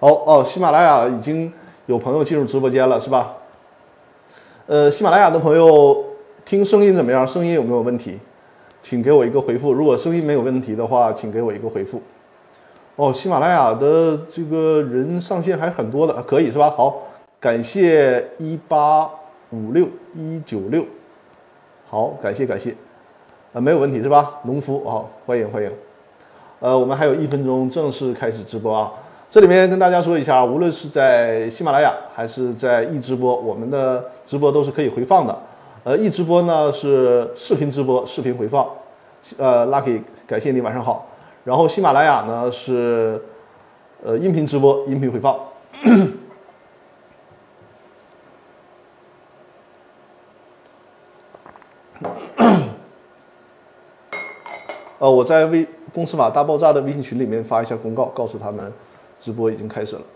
喜马拉雅已经有朋友进入直播间了，是吧？喜马拉雅的朋友听声音怎么样？声音有没有问题？请给我一个回复。如果声音没有问题的话，请给我一个回复。喜马拉雅的这个人上线还很多的，可以是吧？好，感谢1856196，好，感谢，没有问题是吧？农夫，好，欢迎。我们还有1分钟正式开始直播啊。这里面跟大家说一下，无论是在喜马拉雅还是在易直播，我们的直播都是可以回放的。易直播呢是视频直播，视频回放。Lucky， 感谢你，晚上好。然后喜马拉雅呢是音频直播，音频回放。我在公司法大爆炸的微信群里面发一下公告，告诉他们直播已经开始了。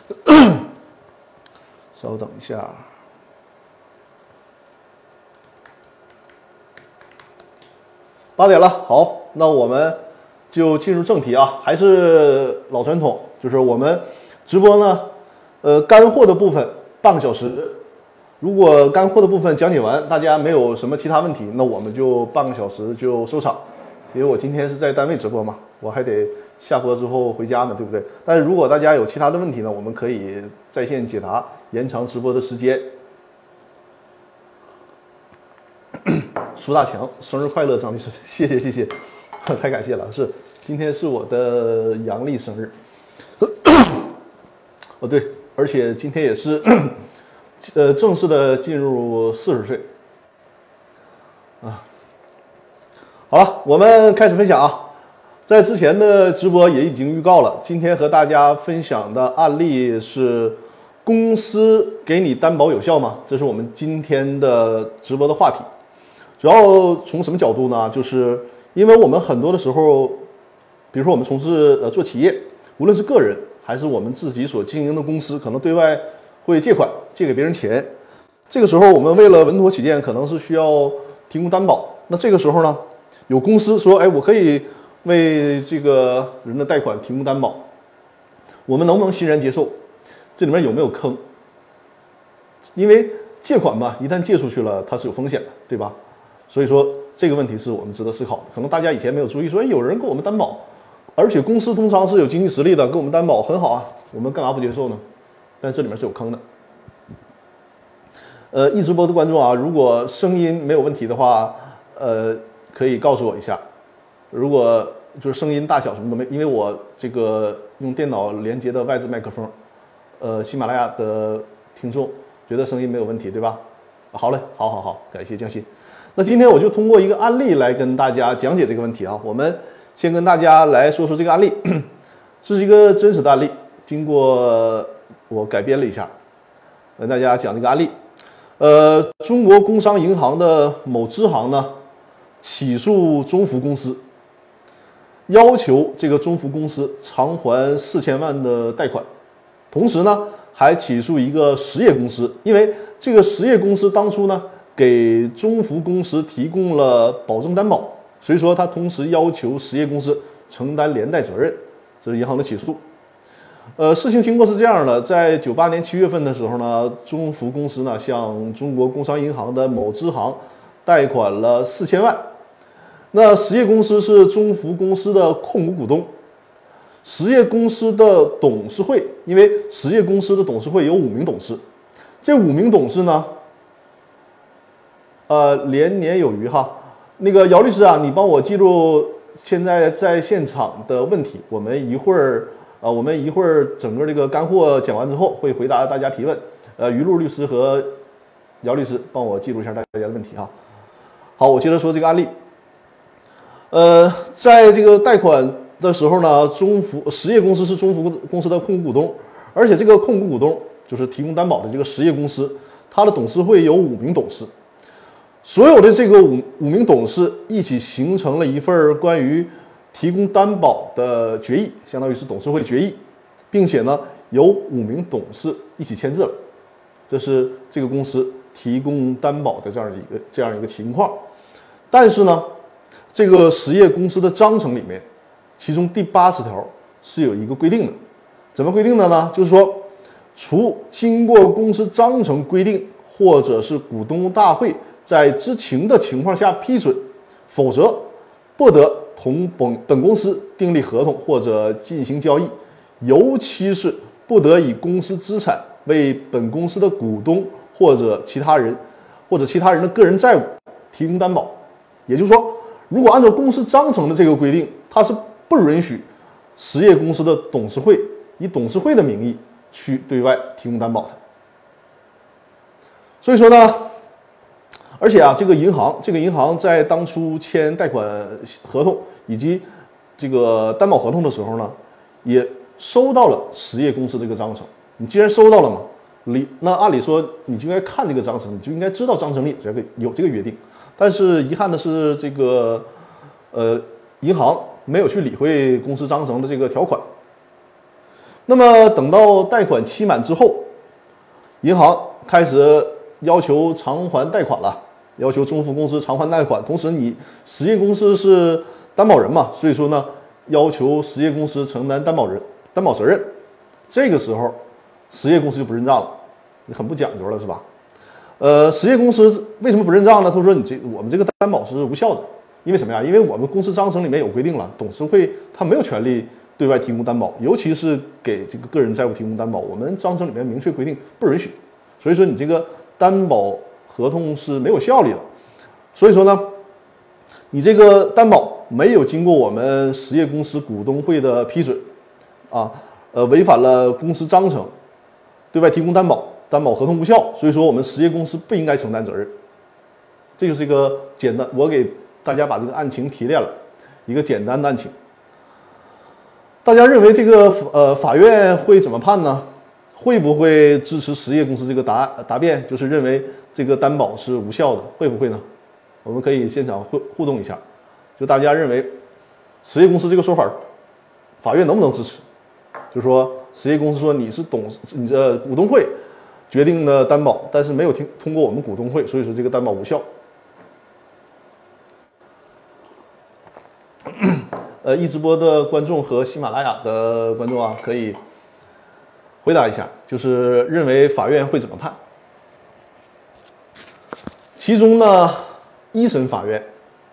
稍等一下。8点了，好，那我们就进入正题啊，还是老传统，就是我们直播呢，干货的部分半个小时，如果干货的部分讲解完，大家没有什么其他问题，那我们就半个小时就收场。因为我今天是在单位直播嘛，我还得下播之后回家呢，对不对？但是如果大家有其他的问题呢，我们可以在线解答，延长直播的时间。苏大强，生日快乐，张律师，谢谢，太感谢了。是，今天是我的阳历生日。对，而且今天也是正式的进入40岁。好了，我们开始分享啊。在之前的直播也已经预告了，今天和大家分享的案例是公司给你担保有效吗？这是我们今天的直播的话题。主要从什么角度呢？就是因为我们很多的时候，比如说我们从事做企业，无论是个人还是我们自己所经营的公司，可能对外会借款，借给别人钱。这个时候我们为了稳妥起见，可能是需要提供担保。那这个时候呢，有公司说，我可以为这个人的贷款提供担保，我们能不能欣然接受？这里面有没有坑？因为借款嘛，一旦借出去了，它是有风险的，对吧？所以说这个问题是我们值得思考的。可能大家以前没有注意，说，有人给我们担保，而且公司通常是有经济实力的，给我们担保很好啊，我们干嘛不接受呢？但这里面是有坑的。易直播的观众啊，如果声音没有问题的话，可以告诉我一下。如果就是声音大小什么都没，因为我这个用电脑连接的外置麦克风，喜马拉雅的听众觉得声音没有问题，对吧？好嘞，好，感谢江西。那今天我就通过一个案例来跟大家讲解这个问题啊。我们先跟大家来说说这个案例，这是一个真实的案例，经过我改编了一下，跟大家讲这个案例。中国工商银行的某支行呢，起诉中福公司，要求这个中福公司偿还4000万的贷款，同时呢，还起诉一个实业公司，因为这个实业公司当初呢给中福公司提供了保证担保，所以说他同时要求实业公司承担连带责任，这是银行的起诉。事情经过是这样的，在98年7月份的时候呢，中福公司呢向中国工商银行的某支行贷款了4000万。那实业公司是中福公司的控股股东，实业公司的董事会，因为实业公司的董事会有5名董事，这5名董事呢，连年有余哈。那个姚律师啊，你帮我记录现在在现场的问题，我们一会儿整个这个干货讲完之后会回答大家提问。于路律师和姚律师帮我记录一下大家的问题哈。好，我接着说这个案例。在这个贷款的时候呢，实业公司是中福公司的控股股东，而且这个控股股东就是提供担保的这个实业公司，它的董事会有5名董事，所有的这个五名董事一起形成了一份关于提供担保的决议，相当于是董事会决议，并且呢由5名董事一起签字了，这是这个公司提供担保的这样一个情况。但是呢，这个实业公司的章程里面，其中第80条是有一个规定的， 怎么规定的呢？就是说，除经过公司章程规定或者是股东大会在知情的情况下批准，否则不得同本公司订立合同或者进行交易，尤其是不得以公司资产为本公司的股东或者其他人的个人债务提供担保。也就是说，如果按照公司章程的这个规定，它是不允许实业公司的董事会以董事会的名义去对外提供担保的。所以说呢，而且啊，这个银行在当初签贷款合同以及这个担保合同的时候呢，也收到了实业公司这个章程。你既然收到了嘛，那按理说你就应该看这个章程，你就应该知道章程里有这个约定。但是遗憾的是，这个银行没有去理会公司章程的这个条款。那么等到贷款期满之后，银行开始要求偿还贷款了，要求中孚公司偿还贷款。同时，你实业公司是担保人嘛，所以说呢，要求实业公司承担担保责任。这个时候，实业公司就不认账了，你很不讲究了，是吧？实业公司为什么不认账呢？他说我们这个担保是无效的，因为什么呀？因为我们公司章程里面有规定了，董事会他没有权利对外提供担保，尤其是给这个个人债务提供担保，我们章程里面明确规定不允许。所以说你这个担保合同是没有效力的。所以说呢，你这个担保没有经过我们实业公司股东会的批准啊，违反了公司章程，对外提供担保。担保合同无效，所以说我们实业公司不应该承担责任。这就是一个简单，我给大家把这个案情提炼了，一个简单的案情。大家认为这个法院会怎么判呢？会不会支持实业公司这个答辩，就是认为这个担保是无效的？会不会呢？我们可以现场互动一下，就大家认为实业公司这个说法，法院能不能支持？就是说实业公司说你的股东会决定的担保，但是没有通过我们股东会，所以说这个担保无效。一直播的观众和喜马拉雅的观众啊，可以回答一下，就是认为法院会怎么判？其中呢，一审法院，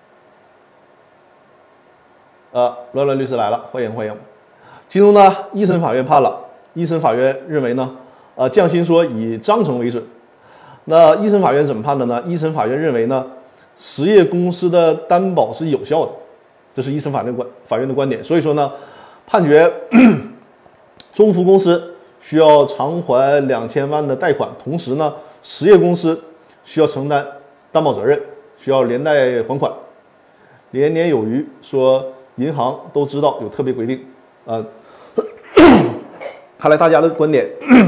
乱乱律师来了，欢迎欢迎。其中呢，一审法院判了，一审法院认为呢，匠心说以章程为准。那一审法院怎么判的呢？一审法院认为呢，实业公司的担保是有效的，这是一审法院的观点。所以说呢，判决中孚公司需要偿还2000万的贷款，同时呢，实业公司需要承担担保责任，需要连带还款，连年有余。说银行都知道有特别规定啊。看来大家的观点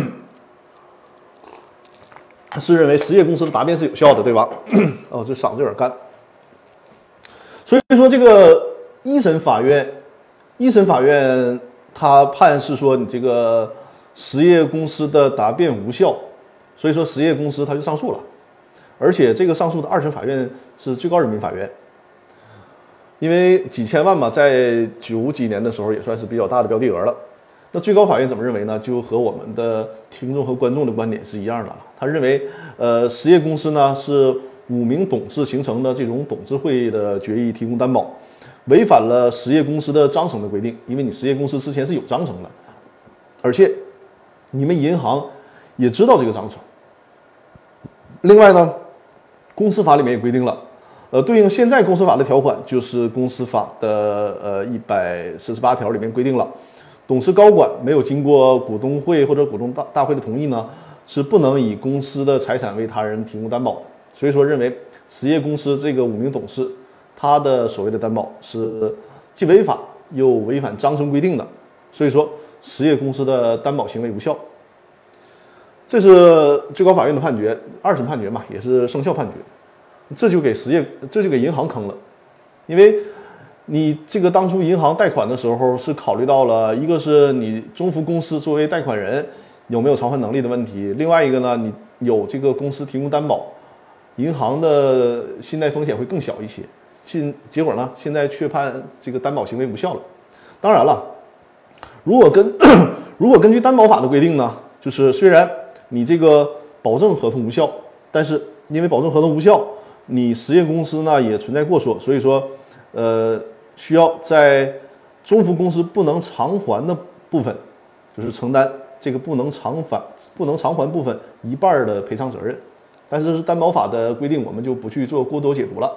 是认为实业公司的答辩是有效的，对吧？哦，这嗓子有点干。所以说这个一审法院他判是说你这个实业公司的答辩无效，所以说实业公司他就上诉了，而且这个上诉的二审法院是最高人民法院，因为几千万嘛，在90几年的时候也算是比较大的标的额了。那最高法院怎么认为呢？就和我们的听众和观众的观点是一样的。他认为，实业公司呢是5名董事形成的这种董事会的决议提供担保，违反了实业公司的章程的规定。因为你实业公司之前是有章程的，而且你们银行也知道这个章程。另外呢，公司法里面也规定了，对应现在公司法的条款就是公司法的148条里面规定了。董事高管没有经过股东会或者股东大会的同意呢，是不能以公司的财产为他人提供担保的。所以说，认为实业公司这个5名董事，他的所谓的担保是既违法又违反章程规定的。所以说，实业公司的担保行为无效。这是最高法院的判决，二审判决嘛，也是生效判决。这就给银行坑了，因为你这个当初银行贷款的时候是考虑到了，一个是你中孚公司作为贷款人有没有偿还能力的问题，另外一个呢，你有这个公司提供担保，银行的信贷风险会更小一些。结果呢，现在却判这个担保行为无效了。当然了，如如果根据担保法的规定呢，就是虽然你这个保证合同无效，但是因为保证合同无效，你实业公司呢也存在过错，所以说需要在中孚公司不能偿还的部分，就是承担这个不能偿还部分1半的赔偿责任。但是这是担保法的规定，我们就不去做过多解读了。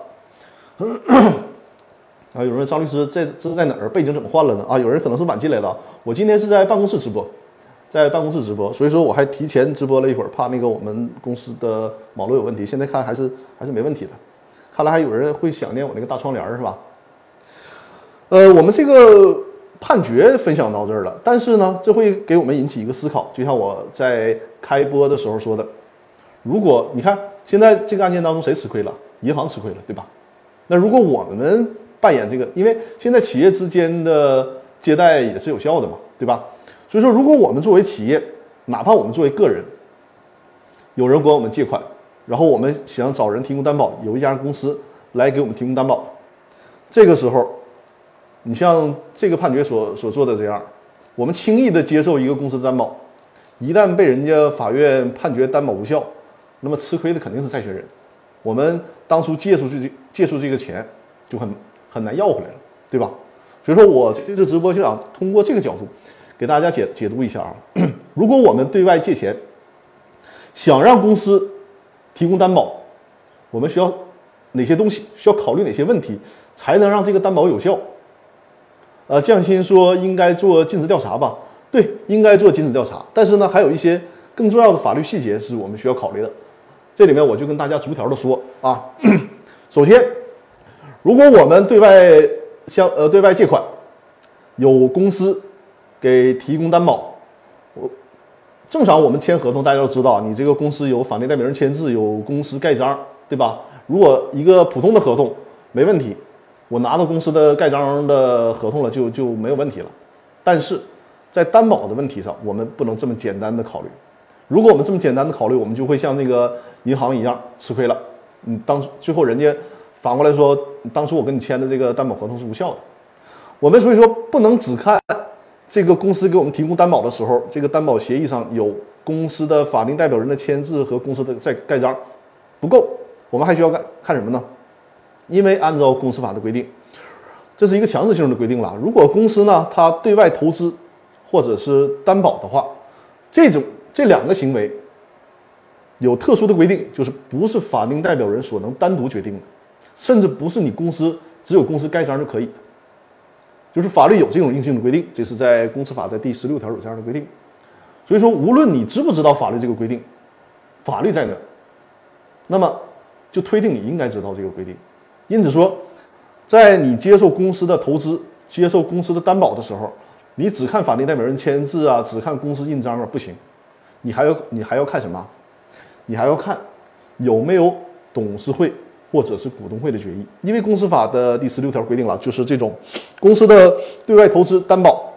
有人问张律师这是在哪儿？背景怎么换了呢？有人可能是晚进来的。我今天是在办公室直播，所以说我还提前直播了一会儿，怕那个我们公司的网络有问题。现在看还是没问题的，看来还有人会想念我那个大窗帘是吧？我们这个判决分享到这儿了，但是呢，这会给我们引起一个思考，就像我在开播的时候说的，如果你看现在这个案件当中谁吃亏了？银行吃亏了，对吧？那如果我们扮演这个，因为现在企业之间的借贷也是有效的嘛，对吧？所以说，如果我们作为企业，哪怕我们作为个人，有人管我们借款，然后我们想找人提供担保，有一家公司来给我们提供担保，这个时候，你像这个判决所做的这样，我们轻易的接受一个公司的担保，一旦被人家法院判决担保无效，那么吃亏的肯定是债权人。我们当初借出这个钱就很难要回来了，对吧？所以说我这次直播就想通过这个角度给大家解读一下啊。如果我们对外借钱，想让公司提供担保，我们需要哪些东西？需要考虑哪些问题，才能让这个担保有效？匠心说应该做尽职调查吧？对，应该做尽职调查。但是呢，还有一些更重要的法律细节是我们需要考虑的。这里面我就跟大家逐条的说啊。首先，如果我们对外借款，有公司给提供担保，正常我们签合同，大家都知道，你这个公司有法定代表人签字，有公司盖章，对吧？如果一个普通的合同没问题，我拿到公司的盖章的合同了，就没有问题了。但是在担保的问题上，我们不能这么简单的考虑。如果我们这么简单的考虑，我们就会像那个银行一样吃亏了。最后人家反过来说，当初我跟你签的这个担保合同是无效的。我们所以说不能只看这个公司给我们提供担保的时候，这个担保协议上有公司的法定代表人的签字和公司的盖章不够，我们还需要看什么呢？因为按照公司法的规定，这是一个强制性的规定了。如果公司呢它对外投资或者是担保的话，这两个行为有特殊的规定，就是不是法定代表人所能单独决定的，甚至不是你公司只有公司盖章就可以的，就是法律有这种硬性的规定，这是在公司法的第16条有这样的规定。所以说，无论你知不知道法律这个规定，法律在那儿，那么就推定你应该知道这个规定。因此说，在你接受公司的投资、接受公司的担保的时候，你只看法定代表人签字啊，只看公司印章啊，不行。你还要看什么？你还要看有没有董事会或者是股东会的决议，因为公司法的第16条规定了，就是这种公司的对外投资担保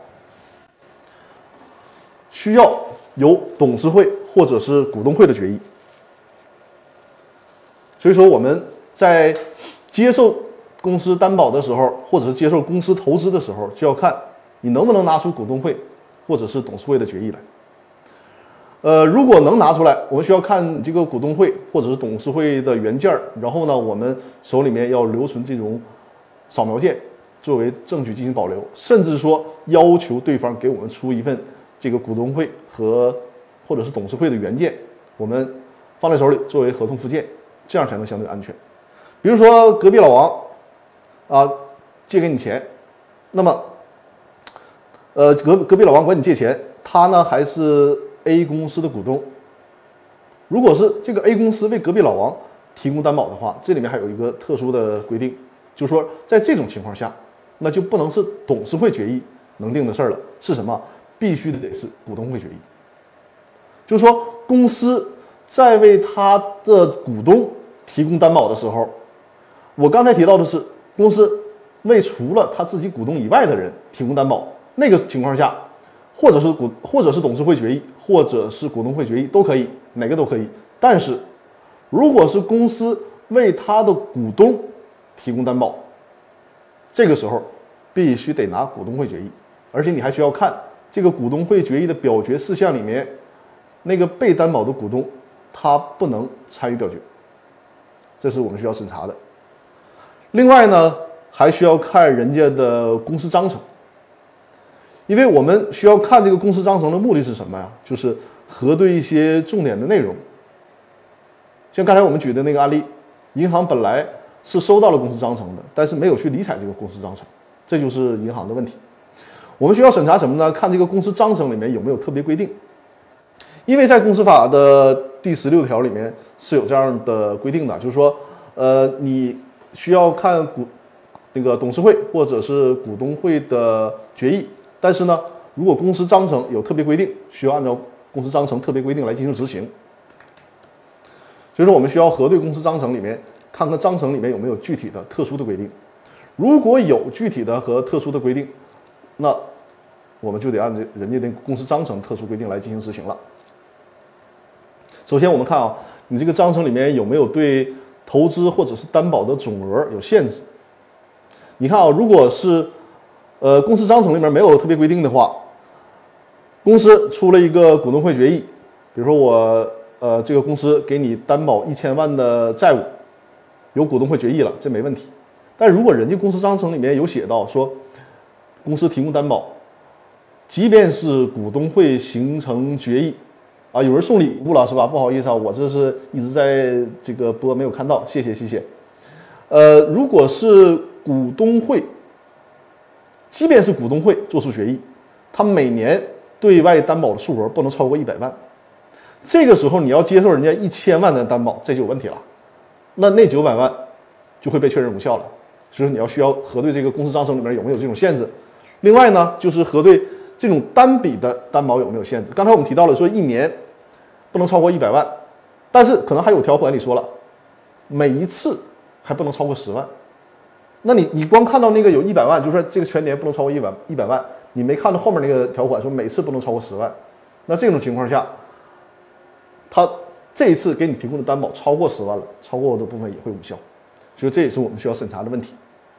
需要有董事会或者是股东会的决议。所以说我们在接受公司担保的时候，或者是接受公司投资的时候，就要看你能不能拿出股东会或者是董事会的决议来。如果能拿出来，我们需要看这个股东会或者是董事会的原件，然后呢，我们手里面要留存这种扫描件作为证据进行保留，甚至说要求对方给我们出一份这个股东会或者是董事会的原件，我们放在手里作为合同附件，这样才能相对安全。比如说隔壁老王借给你钱，那么隔壁老王管你借钱，他呢还是A 公司的股东。如果是这个 A 公司为隔壁老王提供担保的话，这里面还有一个特殊的规定，就是说在这种情况下，那就不能是董事会决议能定的事儿了，是什么？必须得是股东会决议。就是说，公司在为他的股东提供担保的时候，我刚才提到的是公司为除了他自己股东以外的人提供担保，那个情况下，或者是董事会决议，或者是股东会决议都可以，哪个都可以。但是，如果是公司为他的股东提供担保，这个时候必须得拿股东会决议，而且你还需要看这个股东会决议的表决事项里面，那个被担保的股东他不能参与表决，这是我们需要审查的。另外呢，还需要看人家的公司章程，因为我们需要看这个公司章程的目的是什么呀？就是核对一些重点的内容。像刚才我们举的那个案例，银行本来是收到了公司章程的，但是没有去理睬这个公司章程，这就是银行的问题。我们需要审查什么呢？看这个公司章程里面有没有特别规定，因为在公司法的第16条里面是有这样的规定的，就是说，你需要看那个董事会或者是股东会的决议，但是呢，如果公司章程有特别规定，需要按照公司章程特别规定来进行执行。所以说，我们需要核对公司章程里面，看看章程里面有没有具体的特殊的规定。如果有具体的和特殊的规定，那我们就得按照人家的公司章程特殊规定来进行执行了。首先，我们看啊，你这个章程里面有没有对投资或者是担保的总额有限制？你看啊，如果是公司章程里面没有特别规定的话，公司出了一个股东会决议，比如说我这个公司给你担保1000万的债务，有股东会决议了，这没问题。但如果人家公司章程里面有写到说，公司提供担保，即便是股东会形成决议，啊，有人送礼物了是吧？不好意思啊，我这是一直在这个播没有看到，谢谢。如果是股东会，即便是股东会做出决议，他每年对外担保的数额不能超过100万。这个时候你要接受人家1000万的担保，这就有问题了。那900万就会被确认无效了。所以说你需要核对这个公司章程里面有没有这种限制。另外呢，就是核对这种单笔的担保有没有限制。刚才我们提到了说1年不能超过100万，但是可能还有条款里说了，每一次还不能超过10万。那你光看到那个有100万，就是说这个全年不能超过100万，你没看到后面那个条款说每次不能超过10万。那这种情况下，他这一次给你提供的担保超过10万了，超过的部分也会无效。所以这也是我们需要审查的问题。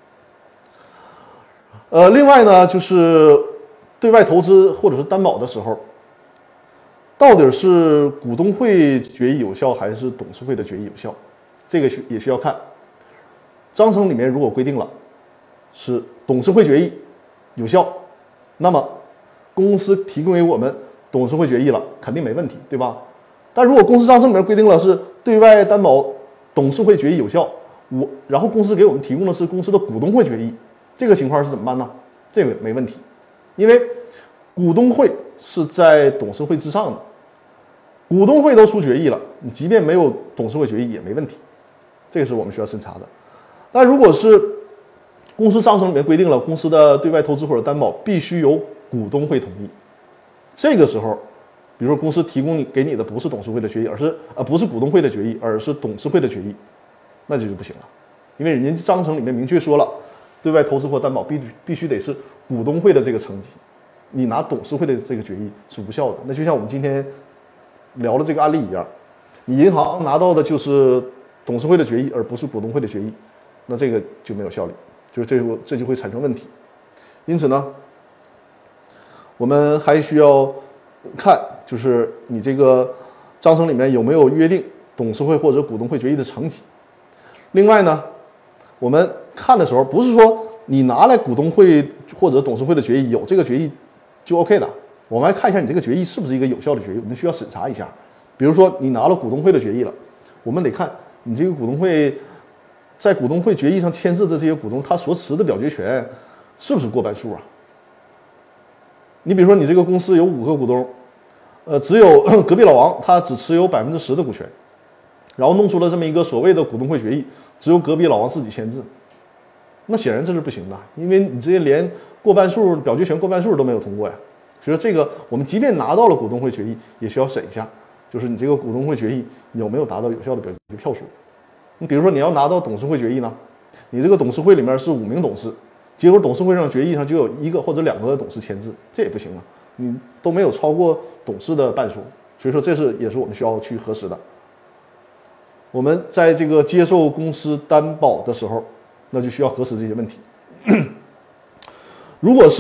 另外呢，就是对外投资或者是担保的时候，到底是股东会决议有效还是董事会的决议有效？这个也需要看。章程里面如果规定了是董事会决议有效，那么公司提供给我们董事会决议了，肯定没问题，对吧？但如果公司章程里面规定了是对外担保董事会决议有效，然后公司给我们提供的是公司的股东会决议，这个情况是怎么办呢？这个没问题，因为股东会是在董事会之上的，股东会都出决议了，你即便没有董事会决议也没问题，这个是我们需要审查的。但如果是公司章程里面规定了公司的对外投资或者担保必须由股东会同意，这个时候，比如说公司提供给你的不是董事会的决议，不是股东会的决议，而是董事会的决议，那就不行了，因为人家章程里面明确说了，对外投资或担保必须得是股东会的这个层级，你拿董事会的这个决议是无效的。那就像我们今天聊的这个案例一样，你银行拿到的就是董事会的决议，而不是股东会的决议，那这个就没有效力，就是这就会产生问题。因此呢，我们还需要看，就是你这个章程里面有没有约定董事会或者股东会决议的层级。另外呢，我们看的时候不是说你拿来股东会或者董事会的决议，有这个决议就 OK 的，我们还看一下你这个决议是不是一个有效的决议，我们需要审查一下。比如说你拿了股东会的决议了，我们得看你这个股东会在股东会决议上签字的这些股东，他所持的表决权是不是过半数啊？你比如说你这个公司有5个股东，只有隔壁老王他只持有10%的股权，然后弄出了这么一个所谓的股东会决议，只有隔壁老王自己签字，那显然这是不行的，因为你这些连过半数表决权过半数都没有通过呀。所以说这个我们即便拿到了股东会决议，也需要审一下，就是你这个股东会决议有没有达到有效的表决票数。你比如说你要拿到董事会决议呢，你这个董事会里面是5名董事，结果董事会上决议上就有1个或者2个董事签字，这也不行啊，你都没有超过董事的半数，所以说这也是我们需要去核实的。我们在这个接受公司担保的时候，那就需要核实这些问题。如果是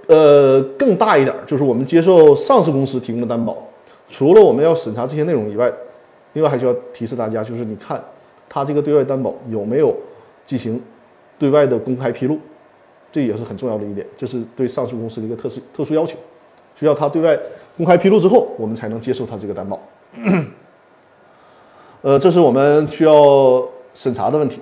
更大一点，就是我们接受上市公司提供的担保，除了我们要审查这些内容以外，另外还需要提示大家，就是你看它这个对外担保有没有进行对外的公开披露，这也是很重要的一点，这是对上市公司的一个特殊要求，需要它对外公开披露之后，我们才能接受它这个担保。这是我们需要审查的问题。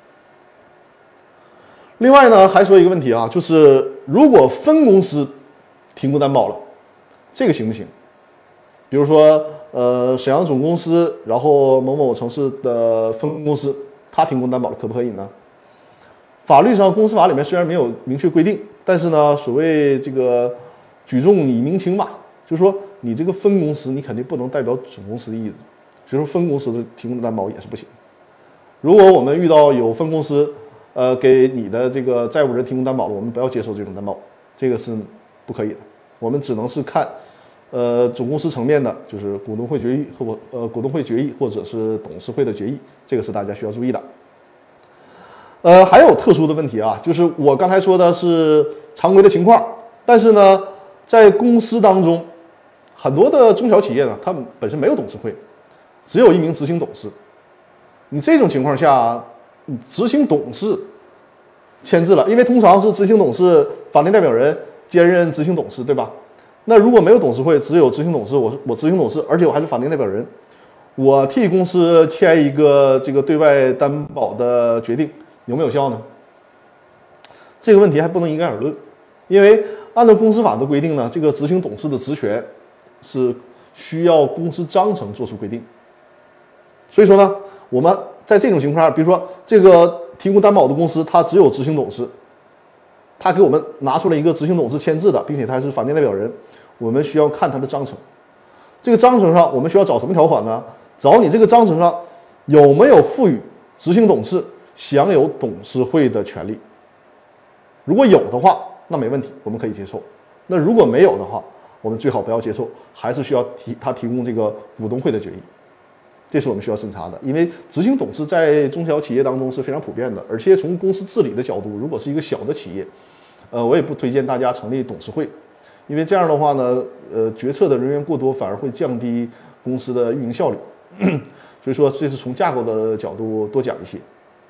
另外呢，还说一个问题啊，就是如果分公司提供担保了，这个行不行？比如说，沈阳总公司，然后某某城市的分公司，它提供担保了，可不可以呢？法律上，公司法里面虽然没有明确规定，但是呢，所谓这个举重以明轻嘛，就是说你这个分公司，你肯定不能代表总公司的意思。所以说分公司的提供的担保也是不行。如果我们遇到有分公司，给你的这个债务人提供担保了，我们不要接受这种担保，这个是不可以的。我们只能是看，总公司层面的，就是股东会决议股东会决议或者是董事会的决议，这个是大家需要注意的。还有特殊的问题啊，就是我刚才说的是常规的情况，但是呢，在公司当中，很多的中小企业呢，他们本身没有董事会。只有一名执行董事，你这种情况下，执行董事签字了，因为通常是执行董事法定代表人兼任执行董事，对吧？那如果没有董事会，只有执行董事，我执行董事，而且我还是法定代表人，我替公司签一个这个对外担保的决定，有没有效呢？这个问题还不能一概而论，因为按照公司法的规定呢，这个执行董事的职权是需要公司章程做出规定。所以说呢，我们在这种情况下，比如说这个提供担保的公司，它只有执行董事，他给我们拿出了一个执行董事签字的，并且他是法定代表人，我们需要看他的章程。这个章程上我们需要找什么条款呢？找你这个章程上有没有赋予执行董事享有董事会的权利。如果有的话，那没问题，我们可以接受。那如果没有的话，我们最好不要接受，还是需要他提供这个股东会的决议。这是我们需要审查的，因为执行董事在中小企业当中是非常普遍的，而且从公司治理的角度，如果是一个小的企业，我也不推荐大家成立董事会，因为这样的话呢，决策的人员过多反而会降低公司的运营效率。所以说，这是从架构的角度多讲一些。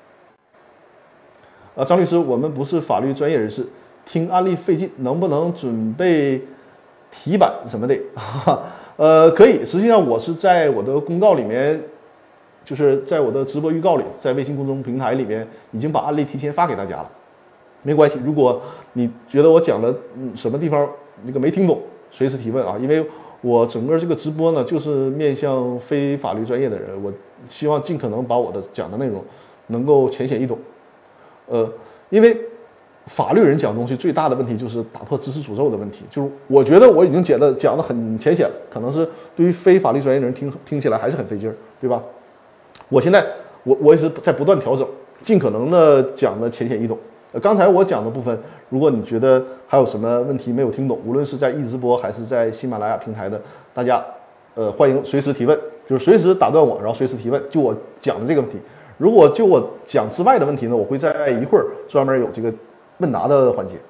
张律师，我们不是法律专业人士，听案例费劲，能不能准备题板什么的？可以。实际上，我是在我的公告里面，就是在我的直播预告里，在微信公众平台里面已经把案例提前发给大家了。没关系，如果你觉得我讲的什么地方那个没听懂，随时提问啊，因为我整个这个直播呢，就是面向非法律专业的人，我希望尽可能把我的讲的内容能够浅显易懂。因为法律人讲东西最大的问题就是打破知识诅咒的问题，就是我觉得我已经讲的很浅显了，可能是对于非法律专业的人听起来还是很费劲儿，对吧？我现在我也是在不断调整，尽可能的讲的浅显易懂。刚才我讲的部分，如果你觉得还有什么问题没有听懂，无论是在易直播还是在喜马拉雅平台的，大家欢迎随时提问，就是随时打断我，然后随时提问，就我讲的这个问题。如果就我讲之外的问题呢，我会在一会儿专门有这个问答的环节。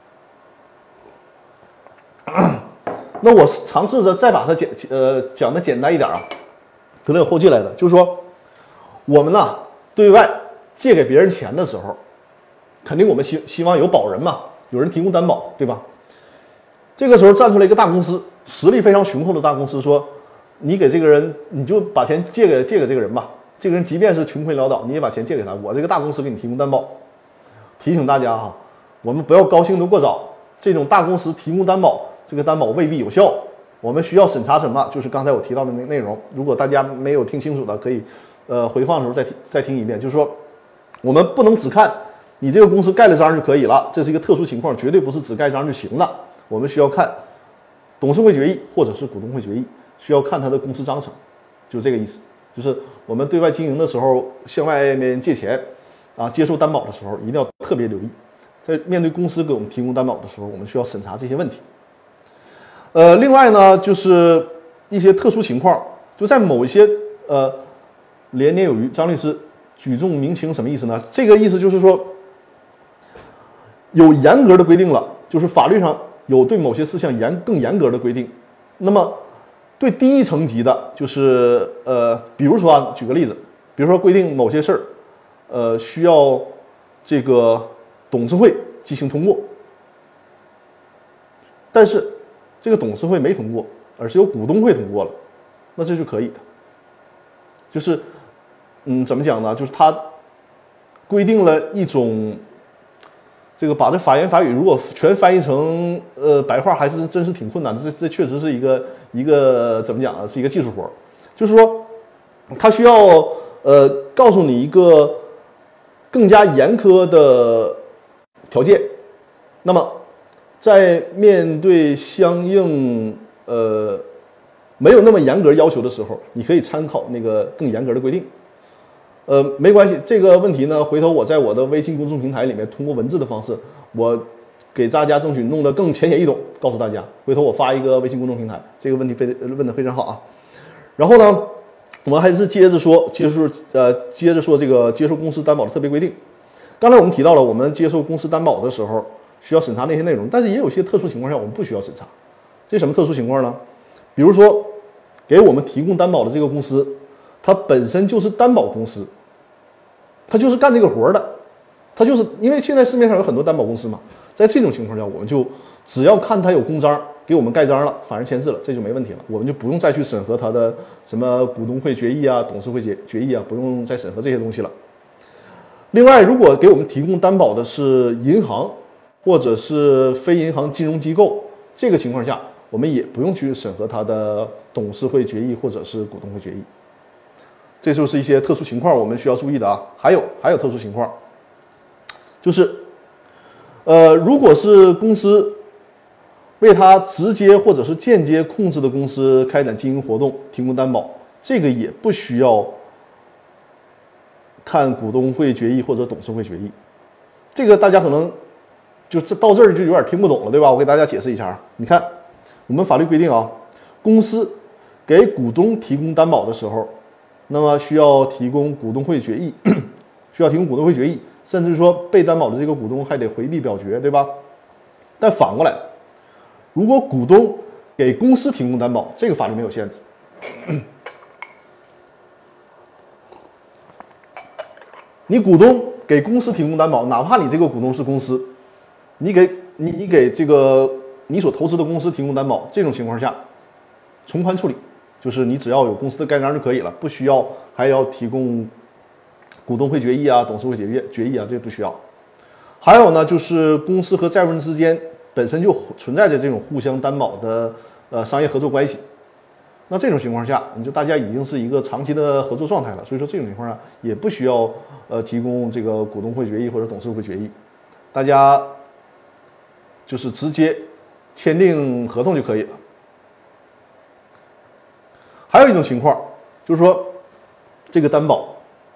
那我尝试着再把它讲的简单一点啊，可能有后进来的，就是说我们呢对外借给别人钱的时候，肯定我们希望有保人嘛，有人提供担保，对吧？这个时候站出来一个大公司，实力非常雄厚的大公司，说你给这个人，你就把钱借给这个人吧。这个人即便是穷困潦倒，你也把钱借给他，我这个大公司给你提供担保。提醒大家哈，我们不要高兴得过早，这种大公司提供担保，这个担保未必有效。我们需要审查什么？就是刚才我提到的内容。如果大家没有听清楚的，可以回放的时候再听一遍。就是说，我们不能只看你这个公司盖了章就可以了，这是一个特殊情况，绝对不是只盖章就行了。我们需要看董事会决议或者是股东会决议，需要看他的公司章程，就这个意思。就是我们对外经营的时候，向外面借钱啊，接受担保的时候，一定要特别留意。在面对公司给我们提供担保的时候，我们需要审查这些问题。另外呢，就是一些特殊情况，就在某一些连年有余。张律师，举重明轻什么意思呢？这个意思就是说，有严格的规定了，就是法律上有对某些事项更严格的规定。那么对低一层级的，就是比如说啊，举个例子，比如说规定某些事儿，需要这个董事会进行通过，但是这个董事会没通过，而是由股东会通过了，那这就可以的。就是怎么讲呢？就是它规定了一种这个把这法言法语如果全翻译成白话，还是真是挺困难的。这确实是一个怎么讲呢？是一个技术活，就是说它需要告诉你一个更加严苛的条件。那么在面对相应没有那么严格要求的时候，你可以参考那个更严格的规定。没关系，这个问题呢，回头我在我的微信公众平台里面通过文字的方式，我给大家争取弄得更浅显易懂，告诉大家。回头我发一个微信公众平台，这个问题问得非常好啊。然后呢，我们还是接着说这个接受公司担保的特别规定。刚才我们提到了，我们接受公司担保的时候需要审查那些内容，但是也有些特殊情况下我们不需要审查。这什么特殊情况呢？比如说，给我们提供担保的这个公司，它本身就是担保公司，它就是干这个活的，它就是因为现在市面上有很多担保公司嘛，在这种情况下，我们就只要看它有公章，给我们盖章了，法人签字了，这就没问题了，我们就不用再去审核它的什么股东会决议啊、董事会决议啊，不用再审核这些东西了。另外，如果给我们提供担保的是银行或者是非银行金融机构，这个情况下，我们也不用去审核它的董事会决议或者是股东会决议。这就是一些特殊情况我们需要注意的啊。还有特殊情况，就是如果是公司为他直接或者是间接控制的公司开展经营活动提供担保，这个也不需要看股东会决议或者董事会决议。这个大家可能就到这儿就有点听不懂了，对吧？我给大家解释一下啊。你看，我们法律规定啊，公司给股东提供担保的时候，那么需要提供股东会决议，甚至说被担保的这个股东还得回避表决，对吧？但反过来，如果股东给公司提供担保，这个法律没有限制。你股东给公司提供担保，哪怕你这个股东是公司，你给这个你所投资的公司提供担保，这种情况下，从宽处理，就是你只要有公司的盖章就可以了，不需要还要提供股东会决议啊、董事会决议啊，这个不需要。还有呢，就是公司和债务人之间本身就存在着这种互相担保的商业合作关系。那这种情况下，大家已经是一个长期的合作状态了，所以说这种情况下也不需要提供这个股东会决议或者董事会决议，大家就是直接签订合同就可以了。还有一种情况就是说，这个担保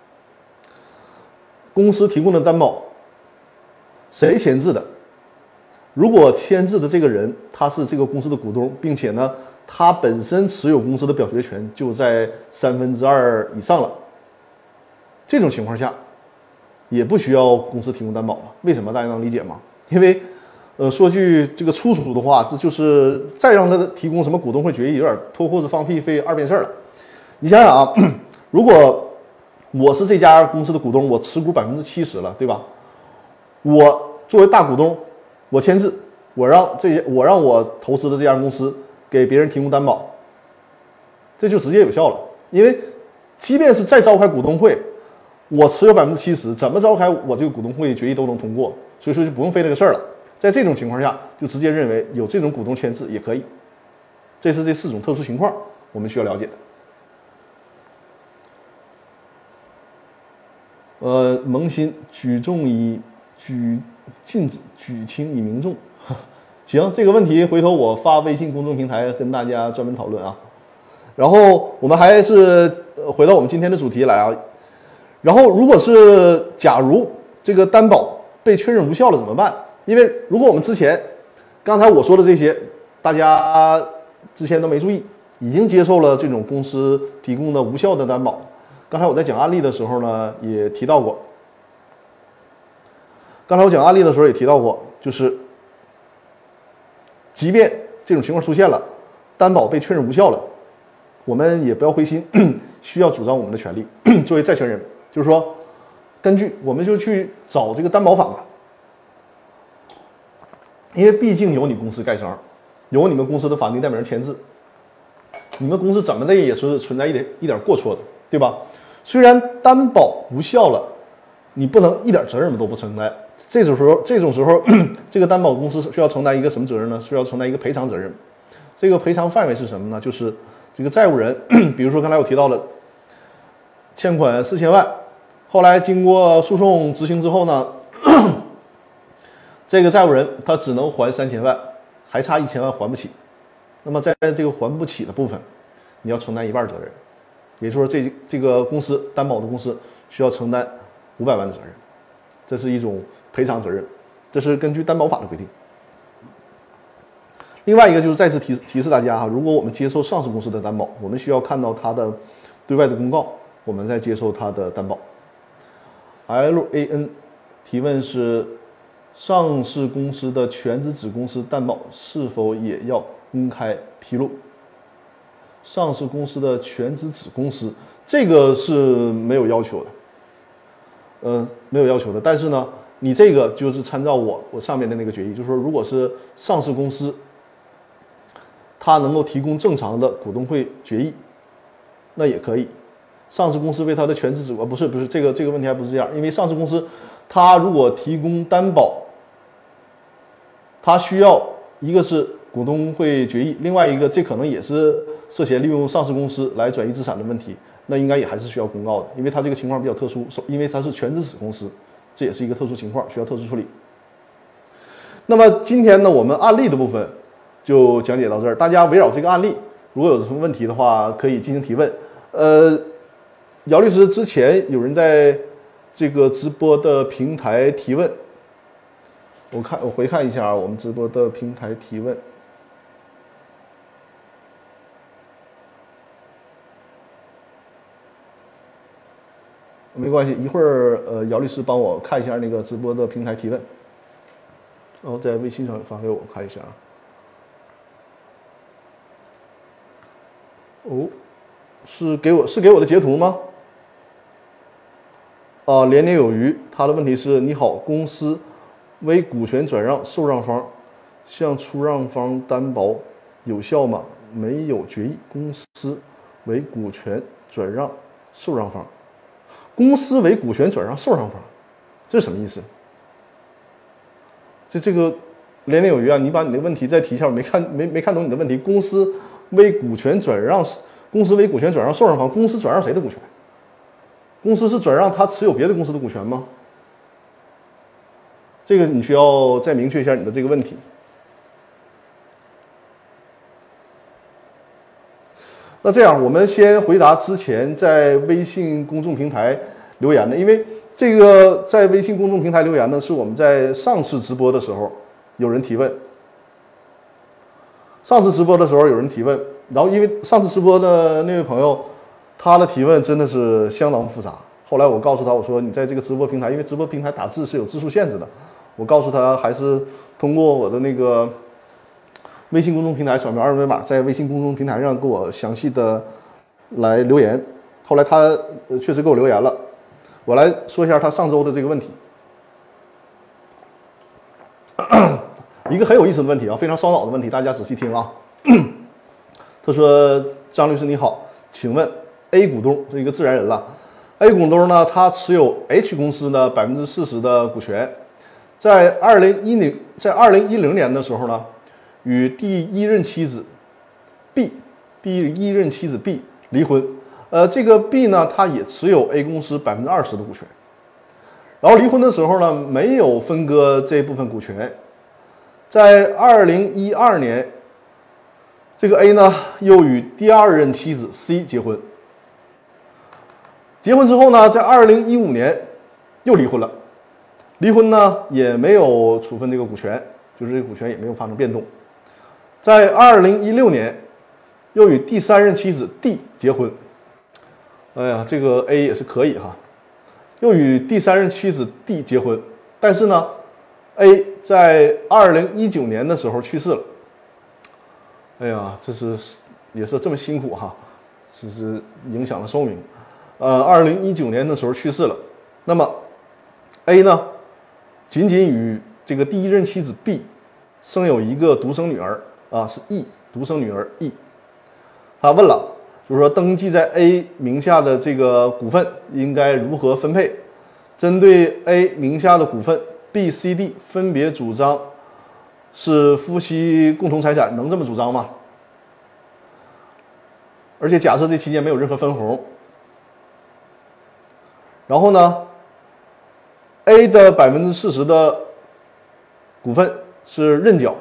公司提供的担保谁签字的？如果签字的这个人他是这个公司的股东，并且呢他本身持有公司的表决权就在2/3以上了，这种情况下也不需要公司提供担保了。为什么？大家能理解吗？因为说句这个粗俗的话，这就是再让他提供什么股东会决议，有点脱裤子放屁费二遍事儿了。你想想啊，如果我是这家公司的股东，我持股70%了，对吧？我作为大股东，我签字，我让我投资的这家公司给别人提供担保，这就直接有效了。因为即便是再召开股东会，我持有70%，怎么召开我这个股东会决议都能通过，所以说就不用费这个事儿了。在这种情况下，就直接认为有这种股东签字也可以。这是这4种特殊情况我们需要了解的。萌新举重禁止举轻以明重。行，这个问题回头我发微信公众平台跟大家专门讨论啊。然后我们还是回到我们今天的主题来啊。然后如果是假如这个担保被确认无效了怎么办？因为如果我们刚才我说的这些，大家之前都没注意，已经接受了这种公司提供的无效的担保。刚才我在讲案例的时候呢，也提到过。就是即便这种情况出现了，担保被确认无效了，我们也不要灰心，需要主张我们的权利。作为债权人，就是说，我们就去找这个担保法吧，因为毕竟有你公司盖章，有你们公司的法定代表人签字，你们公司怎么的也是存在一点过错的，对吧？虽然担保无效了，你不能一点责任都不承担。这种时候，这个担保公司需要承担一个什么责任呢？需要承担一个赔偿责任。这个赔偿范围是什么呢？就是这个债务人，比如说刚才我提到了，欠款4000万，后来经过诉讼执行之后呢，这个债务人他只能还3000万，还差1000万还不起。那么在这个还不起的部分，你要承担1半责任，也就是说这个公司担保的公司需要承担500万的责任，这是一种赔偿责任，这是根据担保法的规定。另外一个就是再次提示大家哈，如果我们接受上市公司的担保，我们需要看到它的对外的公告，我们再接受它的担保。LAN 提问是：上市公司的全资子公司担保是否也要公开披露？上市公司的全资子公司，这个是没有要求的，没有要求的。但是呢，你这个就是参照我上面的那个决议，就是说，如果是上市公司，它能够提供正常的股东会决议，那也可以。上市公司为它的全资子不是这个问题还不是这样，因为上市公司它如果提供担保，它需要一个是股东会决议，另外一个这可能也是涉嫌利用上市公司来转移资产的问题，那应该也还是需要公告的，因为它这个情况比较特殊，因为它是全资子公司，这也是一个特殊情况，需要特殊处理。那么今天呢，我们案例的部分就讲解到这儿，大家围绕这个案例，如果有什么问题的话，可以进行提问。姚律师之前有人在这个直播的平台提问，我回看一下我们直播的平台提问。没关系，一会儿姚律师帮我看一下那个直播的平台提问，然后在微信上发给我看一下啊。哦，是给我的截图吗？连年有余，他的问题是：你好，公司为股权转让受让方向出让方担保有效吗？没有决议。公司为股权转让受让方，公司为股权转让受让方，这是什么意思？这个连年有余啊！你把你的问题再提一下，我没看懂你的问题。公司为股权转让，公司为股权转让受让方，公司转让谁的股权？公司是转让他持有别的公司的股权吗？这个你需要再明确一下你的这个问题。那这样，我们先回答之前在微信公众平台留言的，因为这个在微信公众平台留言呢，是我们在上次直播的时候有人提问。上次直播的时候有人提问，然后因为上次直播的那位朋友，他的提问真的是相当复杂。后来我告诉他，我说你在这个直播平台，因为直播平台打字是有字数限制的，我告诉他还是通过我的那个微信公众平台扫描二维码，在微信公众平台上给我详细的来留言。后来他确实给我留言了，我来说一下他上周的这个问题。一个很有意思的问题啊，非常烧脑的问题，大家仔细听啊。他说：“张律师你好，请问 A 股东是一个自然人了 ，A 股东呢，他持有 H 公司的40%的股权，在2010年的时候呢，与第一任妻子 B 离婚。这个 B 呢，他也持有 A 公司20%的股权。然后离婚的时候呢，没有分割这部分股权。在2012年，这个 A 呢又与第二任妻子 C 结婚。结婚之后呢，在2015年又离婚了。离婚呢也没有处分这个股权，就是这个股权也没有发生变动。在2016年又与第三任妻子 D 结婚。哎呀，这个 A 也是可以哈，又与第三任妻子 D 结婚，但是呢 ，A 在2019年的时候去世了， 哎呀，也是这么辛苦哈，这是影响了寿命。2019年的时候去世了。那么 A 呢，仅仅与这个第一任妻子 B 生有一个独生女儿啊，是 E 独生女儿 E。他问了，就是说登记在 A 名下的这个股份应该如何分配？针对 A 名下的股份 B、C、D 分别主张是夫妻共同财产，能这么主张吗？而且假设这期间没有任何分红，然后呢 ，A 的40%的股份是认缴，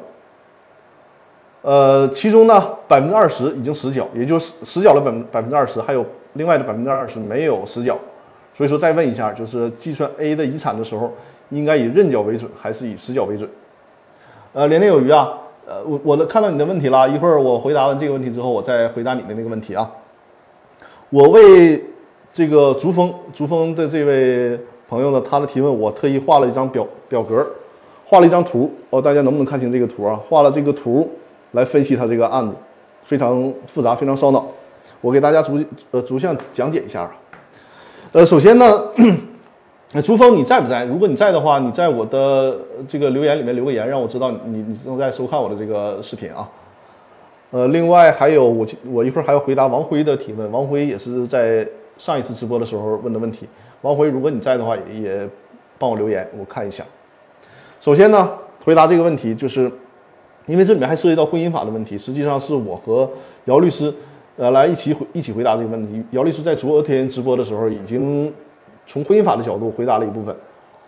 其中呢20%已经实缴，也就是实缴了20%，还有另外的20%没有实缴。所以说再问一下，就是计算 A 的遗产的时候，应该以认缴为准，还是以实缴为准？连连有余啊。我看到你的问题了，一会儿我回答完这个问题之后，我再回答你的那个问题啊。我为这个竹峰的这位朋友呢，他的提问，我特意画了一张表格，画了一张图哦，大家能不能看清这个图啊？画了这个图来分析他这个案子，非常复杂，非常烧脑。我给大家逐项讲解一下啊。首先呢，竹峰你在不在？如果你在的话，你在我的这个留言里面留个言，让我知道你正在收看我的这个视频啊。另外还有我一会儿还要回答王辉的提问，王辉也是在上一次直播的时候问的问题。王辉，如果你在的话，也帮我留言，我看一下。首先呢，回答这个问题，就是因为这里面还涉及到婚姻法的问题，实际上是我和姚律师来一起回答这个问题。姚律师在昨天直播的时候已经从婚姻法的角度回答了一部分，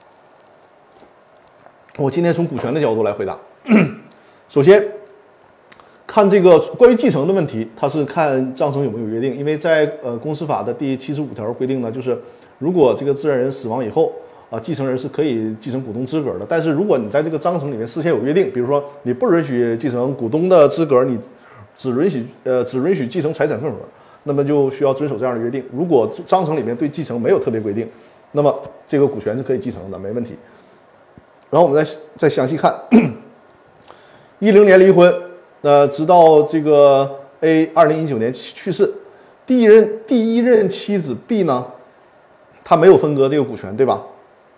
我今天从股权的角度来回答。首先看这个关于继承的问题，它是看章程有没有约定，因为在公司法的第75条规定呢，就是如果这个自然人死亡以后继承人是可以继承股东资格的，但是如果你在这个章程里面事先有约定，比如说你不允许继承股东的资格，你只允许继承财产份额，那么就需要遵守这样的约定。如果章程里面对继承没有特别规定，那么这个股权是可以继承的，没问题。然后我们再详细看，10年离婚，直到这个 A 2019年去世，第一任妻子 B 呢，他没有分割这个股权，对吧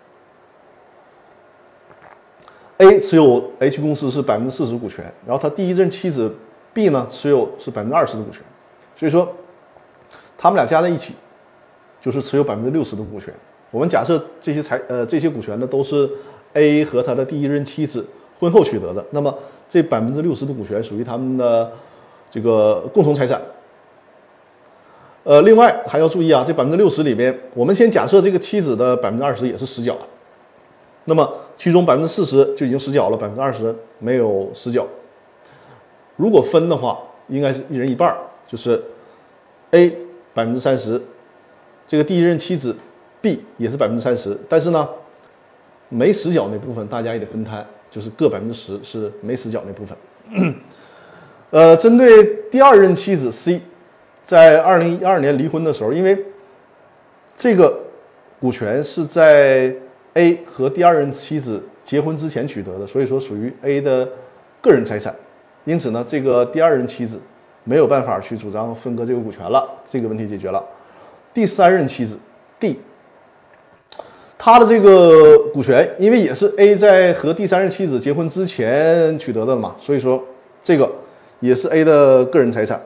？A 持有 H 公司是40%股权，然后他第一任妻子 B 呢持有是20%的股权，所以说他们俩加在一起就是持有60%的股权。我们假设这些股权呢都是 A 和他的第一任妻子婚后取得的，那么这60%的股权属于他们的这个共同财产。另外还要注意啊，这60%里面，我们先假设这个妻子的20%也是实缴的，那么其中40%就已经实缴了，20%没有实缴。如果分的话，应该是一人一半，就是 A 30%，这个第一任妻子 B 也是30%，但是呢，没实缴那部分大家也得分摊，就是各10%是没实缴那部分。针对第二任妻子 C， 在2012年离婚的时候，因为这个股权是在 A 和第二任妻子结婚之前取得的，所以说属于 A 的个人财产。因此呢，这个第二任妻子没有办法去主张分割这个股权了，这个问题解决了。第三任妻子 D， 他的这个股权，因为也是 A 在和第三任妻子结婚之前取得的嘛，所以说这个也是 A 的个人财产。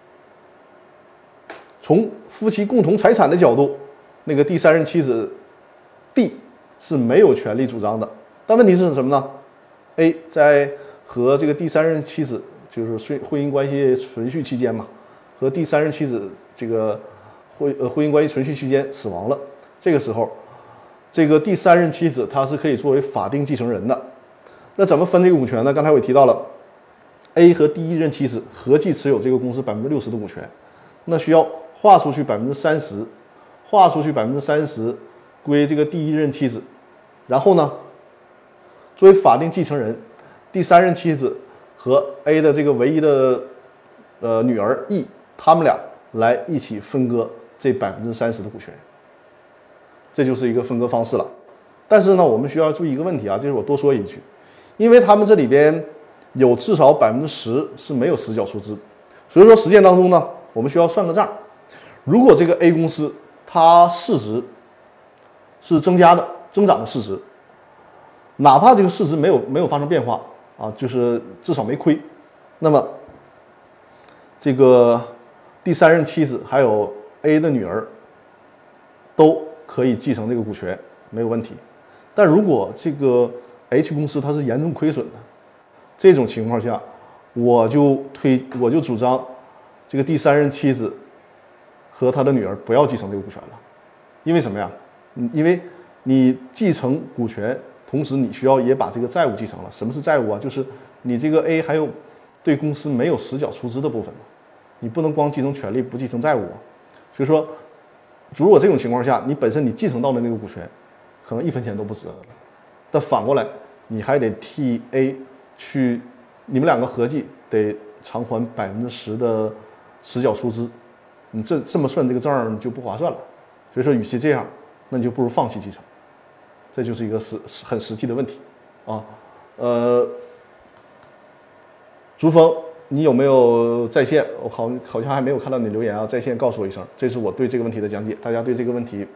从夫妻共同财产的角度，那个第三任妻子 D 是没有权利主张的。但问题是什么呢？ A 在和这个第三任妻子就是婚姻关系存续期间嘛，和第三任妻子这个婚姻关系存续期间死亡了，这个时候这个第三任妻子她是可以作为法定继承人的。那怎么分这个股权呢？刚才我也提到了 A 和第一任妻子合计持有这个公司60%的股权，那需要划出去30%，划出去30%归这个第一任妻子，然后呢，作为法定继承人，第三任妻子和 A 的这个唯一的女儿 E， 他们俩来一起分割这30%的股权，这就是一个分割方式了。但是呢，我们需要注意一个问题啊，就是我多说一句，因为他们这里边有至少10%是没有实缴出资。所以说实践当中呢，我们需要算个账。如果这个 A 公司它市值是增长的市值，哪怕这个市值没有发生变化啊，就是至少没亏，那么这个第3任妻子还有 A 的女儿都可以继承这个股权，没有问题。但如果这个 H 公司它是严重亏损的，这种情况下，我就主张这个第3任妻子和他的女儿不要继承这个股权了。因为什么呀？因为你继承股权，同时你需要也把这个债务继承了。什么是债务啊？就是你这个 A 还有对公司没有实缴出资的部分，你不能光继承权利不继承债务啊。所以说，如果这种情况下，你本身你继承到的那个股权，可能1分钱都不值了。但反过来，你还得替 A 去，你们2个合计得偿还10%的实缴出资，你这么算这个账就不划算了。所以说，与其这样，那你就不如放弃继承。这就是一个很实际的问题啊。朱峰，你有没有在线？我好像还没有看到你留言啊，在线告诉我一声。这是我对这个问题的讲解，大家对这个问题，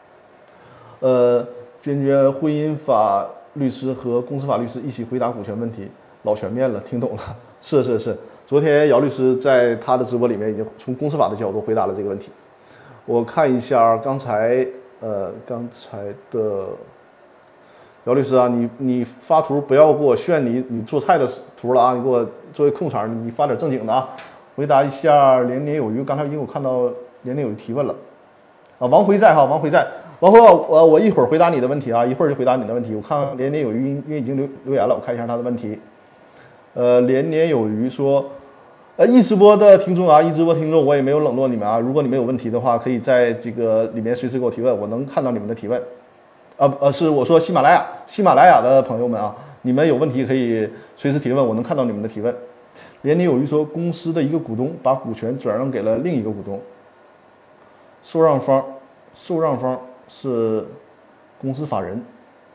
娟娟婚姻法律师和公司法律师一起回答股权问题，老全面了，听懂了。是，昨天姚律师在他的直播里面已经从公司法的角度回答了这个问题。我看一下刚才的姚律师啊，你发图不要给我炫你做菜的图了啊，你给我作为控场，你发点正经的啊。回答一下连年有余，刚才因为我看到连年有余提问了啊，王辉在哈，王辉，我一会儿回答你的问题啊，一会儿就回答你的问题。我看连年有余因为已经留言了，我看一下他的问题。连年有余说。一直播的听众啊，我也没有冷落你们啊。如果你们有问题的话，可以在这个里面随时给我提问，我能看到你们的提问。是我说喜马拉雅的朋友们啊，你们有问题可以随时提问，我能看到你们的提问。连年有余说，公司的一个股东把股权转让给了另一个股东，受让方是公司法人，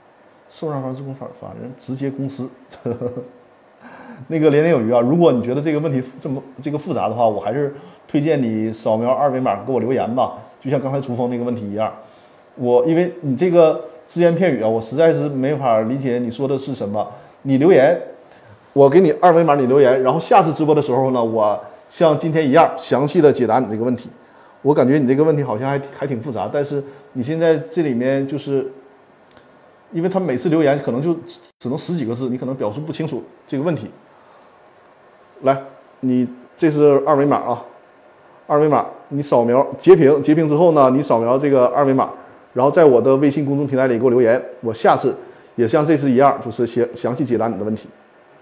直接公司。那个连年有余啊，如果你觉得这个问题这个复杂的话，我还是推荐你扫描2维码给我留言吧，就像刚才朱峰那个问题一样。因为你这个只言片语啊，我实在是没法理解你说的是什么。你留言，我给你2维码，你留言，然后下次直播的时候呢，我像今天一样详细的解答你这个问题。我感觉你这个问题好像还挺复杂，但是你现在这里面就是。因为他每次留言可能就只能10几个字，你可能表述不清楚这个问题。来，你这是2维码啊，2维码你扫描截屏之后呢，你扫描这个2维码，然后在我的微信公众平台里给我留言，我下次也像这次一样，就是详细解答你的问题。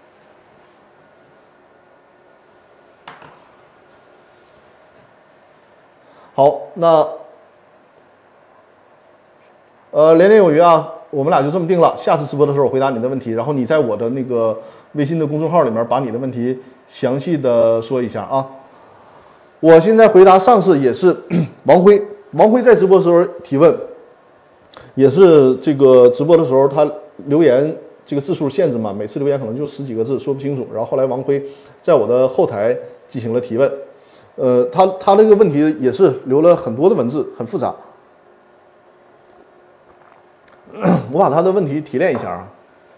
好，那连年有余啊。我们俩就这么定了，下次直播的时候我回答你的问题，然后你在我的那个微信的公众号里面把你的问题详细的说一下啊。我现在回答上次也是王辉在直播的时候提问，也是这个直播的时候他留言这个字数限制嘛，每次留言可能就10几个字，说不清楚。然后后来王辉在我的后台进行了提问，他这个问题也是留了很多的文字，很复杂。我把他的问题提炼一下啊，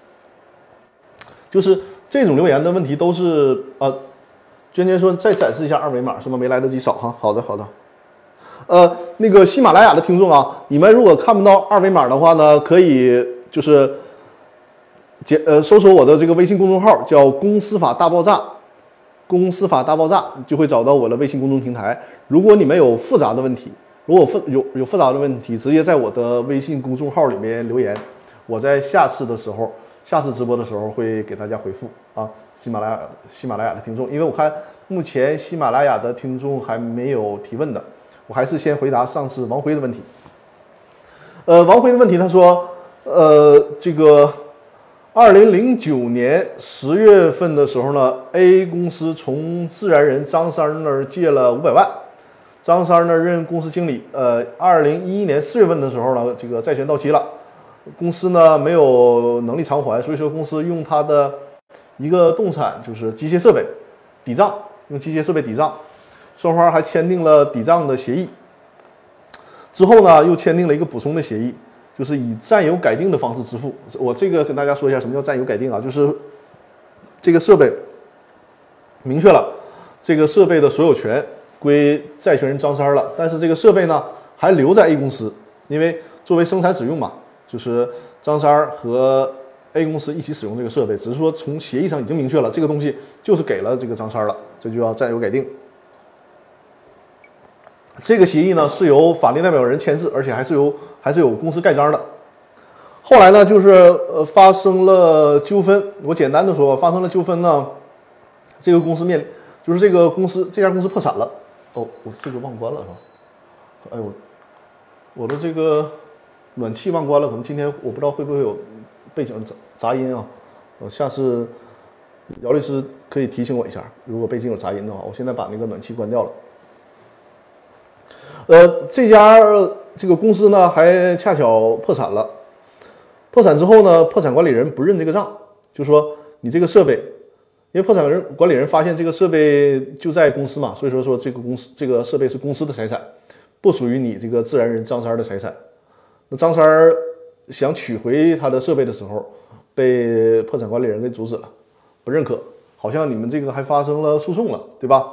就是这种留言的问题都是娟娟说再展示一下2维码是吗？没来得及扫哈。好的。那个喜马拉雅的听众啊，你们如果看不到2维码的话呢，可以就是搜索我的这个微信公众号叫公司法大爆炸，就会找到我的微信公众平台。如果你们有复杂的问题。如果有复杂的问题，直接在我的微信公众号里面留言，我在下次直播的时候会给大家回复啊。喜马拉雅的听众，因为我看目前喜马拉雅的听众还没有提问的，我还是先回答上次王辉的问题。王辉的问题他说，这个2009年10月份的时候呢 ，A 公司从自然人张三那儿借了500万。张三呢任公司经理，2011年4月份的时候呢，这个债权到期了，公司呢没有能力偿还，所以说公司用他的一个动产就是机械设备抵账，用机械设备抵账，双方还签订了抵账的协议。之后呢，又签订了一个补充的协议，就是以占有改定的方式支付。我这个跟大家说一下什么叫占有改定啊，就是这个设备明确了这个设备的所有权归债权人张三了，但是这个设备呢还留在 A 公司，因为作为生产使用嘛，就是张三和 A 公司一起使用这个设备，只是说从协议上已经明确了这个东西就是给了这个张三了，这就叫占有改定。这个协议呢是由法定代表人签字，而且还是有公司盖章的。后来呢，就是发生了纠纷。我简单的说吧，发生了纠纷呢，这个公司就是这家公司破产了。哦，我这个忘关了是吧？哎呦，我的这个暖气忘关了，可能今天我不知道会不会有背景杂音啊。下次姚律师可以提醒我一下，如果背景有杂音的话，我现在把那个暖气关掉了。这家这个公司呢，还恰巧破产了。破产之后呢，破产管理人不认这个账，就说你这个设备，因为破产管理人发现这个设备就在公司嘛，所以说这个设备是公司的财产，不属于你这个自然人张三的财产。那张三想取回他的设备的时候，被破产管理人给阻止了，不认可，好像你们这个还发生了诉讼了，对吧？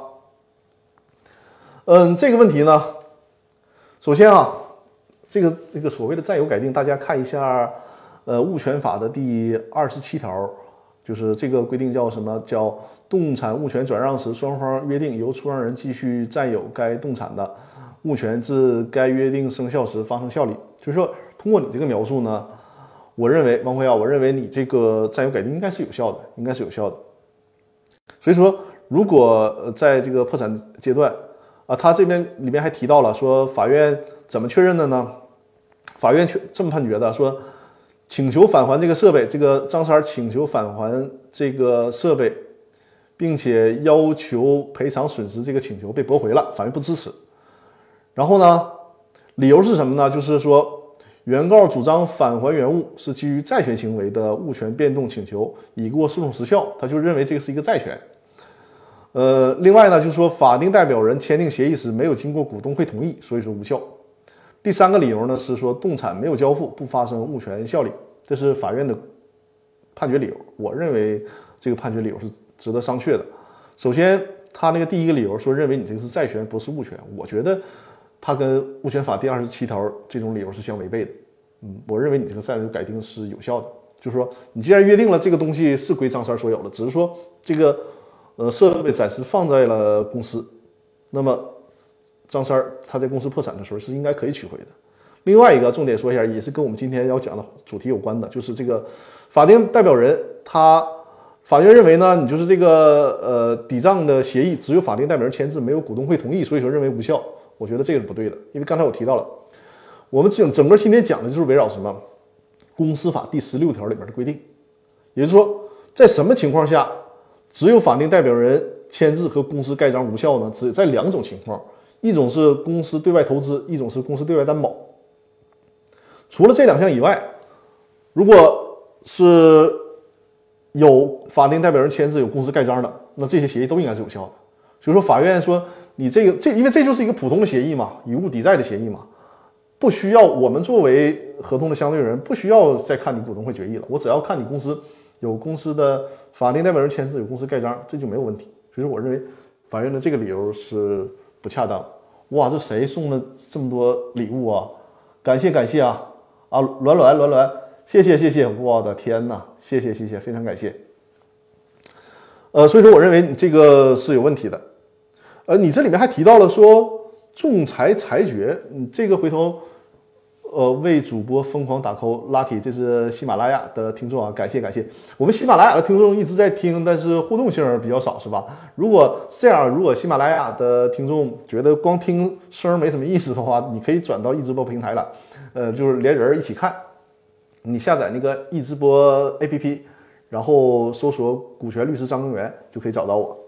这个问题呢，首先啊，这个所谓的占有改定，大家看一下，物权法的第27条，就是这个规定叫什么？叫动产物权转让时，双方约定由出让人继续占有该动产的物权，至该约定生效时发生效力。就是说，通过你这个描述呢，我认为王辉啊，我认为你这个占有改定应该是有效的，应该是有效的。所以说，如果在这个破产阶段啊，他这边里面还提到了说，法院怎么确认的呢？法院这么判决的，说请求返还这个设备，这个张三请求返还这个设备，并且要求赔偿损失，这个请求被驳回了，法院不支持。然后呢，理由是什么呢？就是说，原告主张返还原物是基于债权行为的物权变动请求已过诉讼时效，他就认为这个是一个债权。另外呢，就是说法定代表人签订协议时没有经过股东会同意，所以说无效。第三个理由呢是说动产没有交付，不发生物权效力，这是法院的判决理由。我认为这个判决理由是值得商榷的。首先，他那个第一个理由说认为你这个是债权不是物权，我觉得他跟物权法第27条这种理由是相违背的。我认为你这个占有改定是有效的，就是说你既然约定了这个东西是归张三所有的，只是说这个设备暂时放在了公司，那么张三他在公司破产的时候是应该可以取回的。另外一个重点说一下，也是跟我们今天要讲的主题有关的，就是这个法定代表人，法院认为呢，你就是这个抵账的协议只有法定代表人签字，没有股东会同意，所以说认为无效。我觉得这个是不对的，因为刚才我提到了，我们整个今天讲的就是围绕什么？公司法第16条里面的规定，也就是说，在什么情况下只有法定代表人签字和公司盖章无效呢？只在2种情况，一种是公司对外投资，一种是公司对外担保。除了这2项以外，如果是有法定代表人签字、有公司盖章的，那这些协议都应该是有效的。所以说，法院说你因为这就是一个普通的协议嘛，以物抵债的协议嘛，不需要我们作为合同的相对人不需要再看你股东会决议了，我只要看你公司有公司的法定代表人签字、有公司盖章，这就没有问题。所以说，我认为法院的这个理由是不恰当。哇，这谁送了这么多礼物啊？感谢啊！暖，谢谢，我的天哪，谢谢，非常感谢。所以说我认为你这个是有问题的。你这里面还提到了说仲裁裁决，你这个回头为主播疯狂打 call lucky， 这是喜马拉雅的听众啊，感谢。我们喜马拉雅的听众一直在听，但是互动性比较少，是吧？如果这样，如果喜马拉雅的听众觉得光听声没什么意思的话，你可以转到易直播平台了，就是连人一起看。你下载那个易直播 APP， 然后搜索股权律师张根源就可以找到我。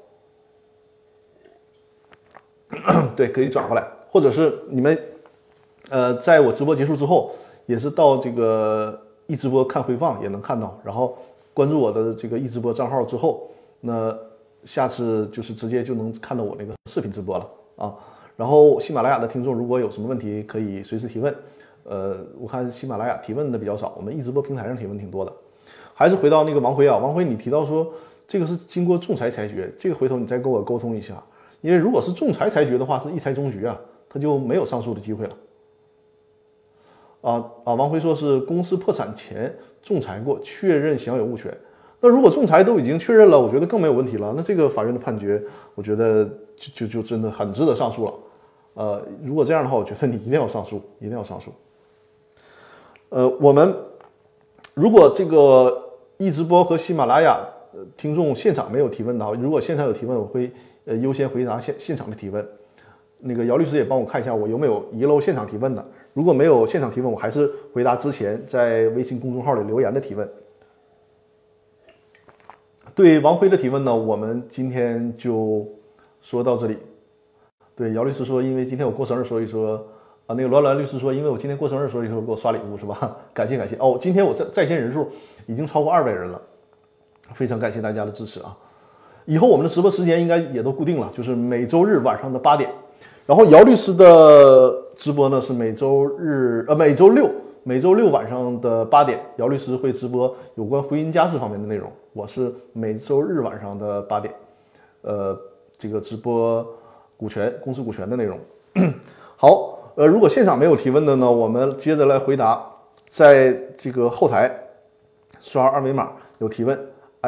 对，可以转过来，或者是你们在我直播结束之后，也是到这个易直播看回放也能看到，然后关注我的这个易直播账号之后，那下次就是直接就能看到我那个视频直播了啊。然后喜马拉雅的听众如果有什么问题，可以随时提问。我看喜马拉雅提问的比较少，我们易直播平台上提问挺多的。还是回到那个王辉啊，王辉，你提到说这个是经过仲裁裁决，这个回头你再跟我沟通一下，因为如果是仲裁裁决的话，是一裁终局啊，他就没有上诉的机会了。王辉说是公司破产前仲裁过，确认享有物权。那如果仲裁都已经确认了，我觉得更没有问题了。那这个法院的判决，我觉得就真的很值得上诉了。如果这样的话，我觉得你一定要上诉，一定要上诉。我们如果这个易直播和喜马拉雅听众现场没有提问的话，如果现场有提问，我会优先回答现场的提问。那个姚律师也帮我看一下，我有没有遗漏现场提问的。如果没有现场提问，我还是回答之前在微信公众号里留言的提问。对王辉的提问呢，我们今天就说到这里。对，姚律师说，因为今天我过生日，所以说那个栾栾律师说，因为我今天过生日，所以说给我刷礼物是吧？感谢感谢哦，今天我在线人数已经超过200人了，非常感谢大家的支持啊！以后我们的直播时间应该也都固定了，就是每周日晚上的8点。然后姚律师的直播呢是每周六晚上的8点，姚律师会直播有关婚姻家事方面的内容。我是每周日晚上的8点，这个直播公司股权的内容。好，如果现场没有提问的呢，我们接着来回答，在这个后台刷二维码有提问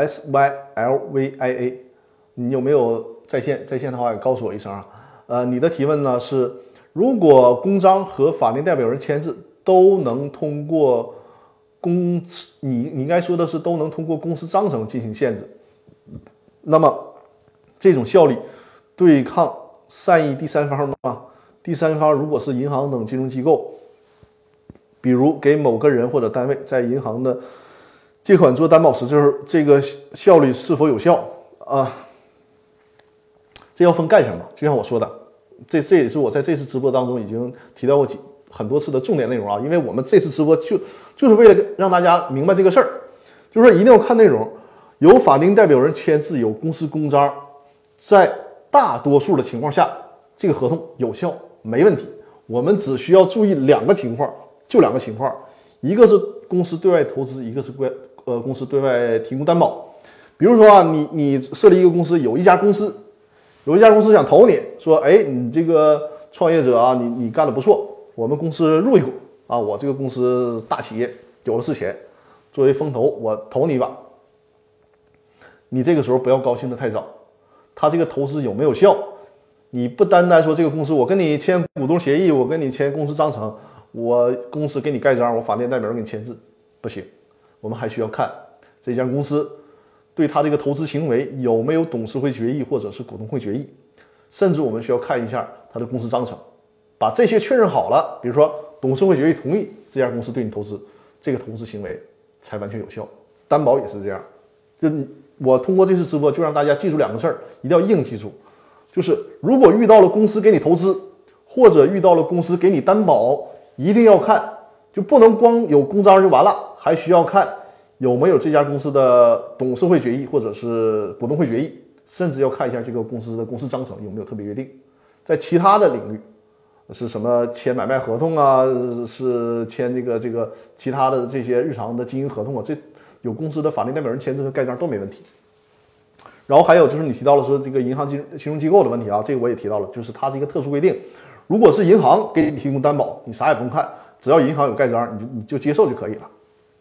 SYLVIA， 你有没有在线？在线的话也告诉我一声啊。你的提问呢是，如果公章和法定代表人签字都能通过你应该说的是都能通过公司章程进行限制，那么这种效力对抗善意第三方吗？第三方如果是银行等金融机构，比如给某个人或者单位在银行的借款做担保时，就是这个效率是否有效啊？这要分干什么？就像我说的，这也是我在这次直播当中已经提到过很多次的重点内容啊。因为我们这次直播就是为了让大家明白这个事儿，就是说一定要看内容，有法定代表人签字，有公司公章，在大多数的情况下，这个合同有效，没问题。我们只需要注意两个情况，就两个情况，一个是公司对外投资，一个是公司对外提供担保。比如说啊，你设立一个公司，有一家公司想投你，说，哎，你这个创业者啊，你干得不错，我们公司入一股啊，我这个公司大企业有的是钱，作为风投，我投你一把。你这个时候不要高兴得太早，他这个投资有没有效？你不单单说这个公司，我跟你签股东协议，我跟你签公司章程，我公司给你盖章，我法定代表人给你签字，不行。我们还需要看这家公司对他这个投资行为有没有董事会决议或者是股东会决议，甚至我们需要看一下他的公司章程。把这些确认好了，比如说董事会决议同意这家公司对你投资，这个投资行为才完全有效。担保也是这样，就我通过这次直播就让大家记住两个事儿，一定要硬记住，就是如果遇到了公司给你投资，或者遇到了公司给你担保，一定要看，就不能光有公章就完了，还需要看有没有这家公司的董事会决议或者是股东会决议，甚至要看一下这个公司的公司章程有没有特别约定。在其他的领域是什么签买卖合同啊，是签这个其他的这些日常的经营合同啊，这有公司的法定代表人签字和盖章都没问题。然后还有就是你提到了说这个银行金融机构的问题啊，这个我也提到了，就是它是一个特殊规定，如果是银行给你提供担保，你啥也不用看，只要银行有盖章，你就接受就可以了。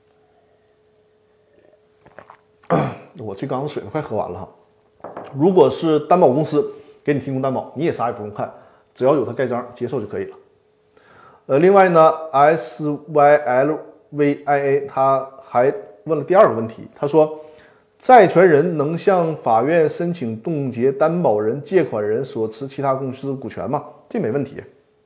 我这缸子水都快喝完了哈。如果是担保公司给你提供担保，你也啥也不用看，只要有他盖章，接受就可以了。另外呢 ，SYLVIA 他还问了第二个问题，他说，债权人能向法院申请冻结担保人、借款人所持其他公司股权吗？这没问题。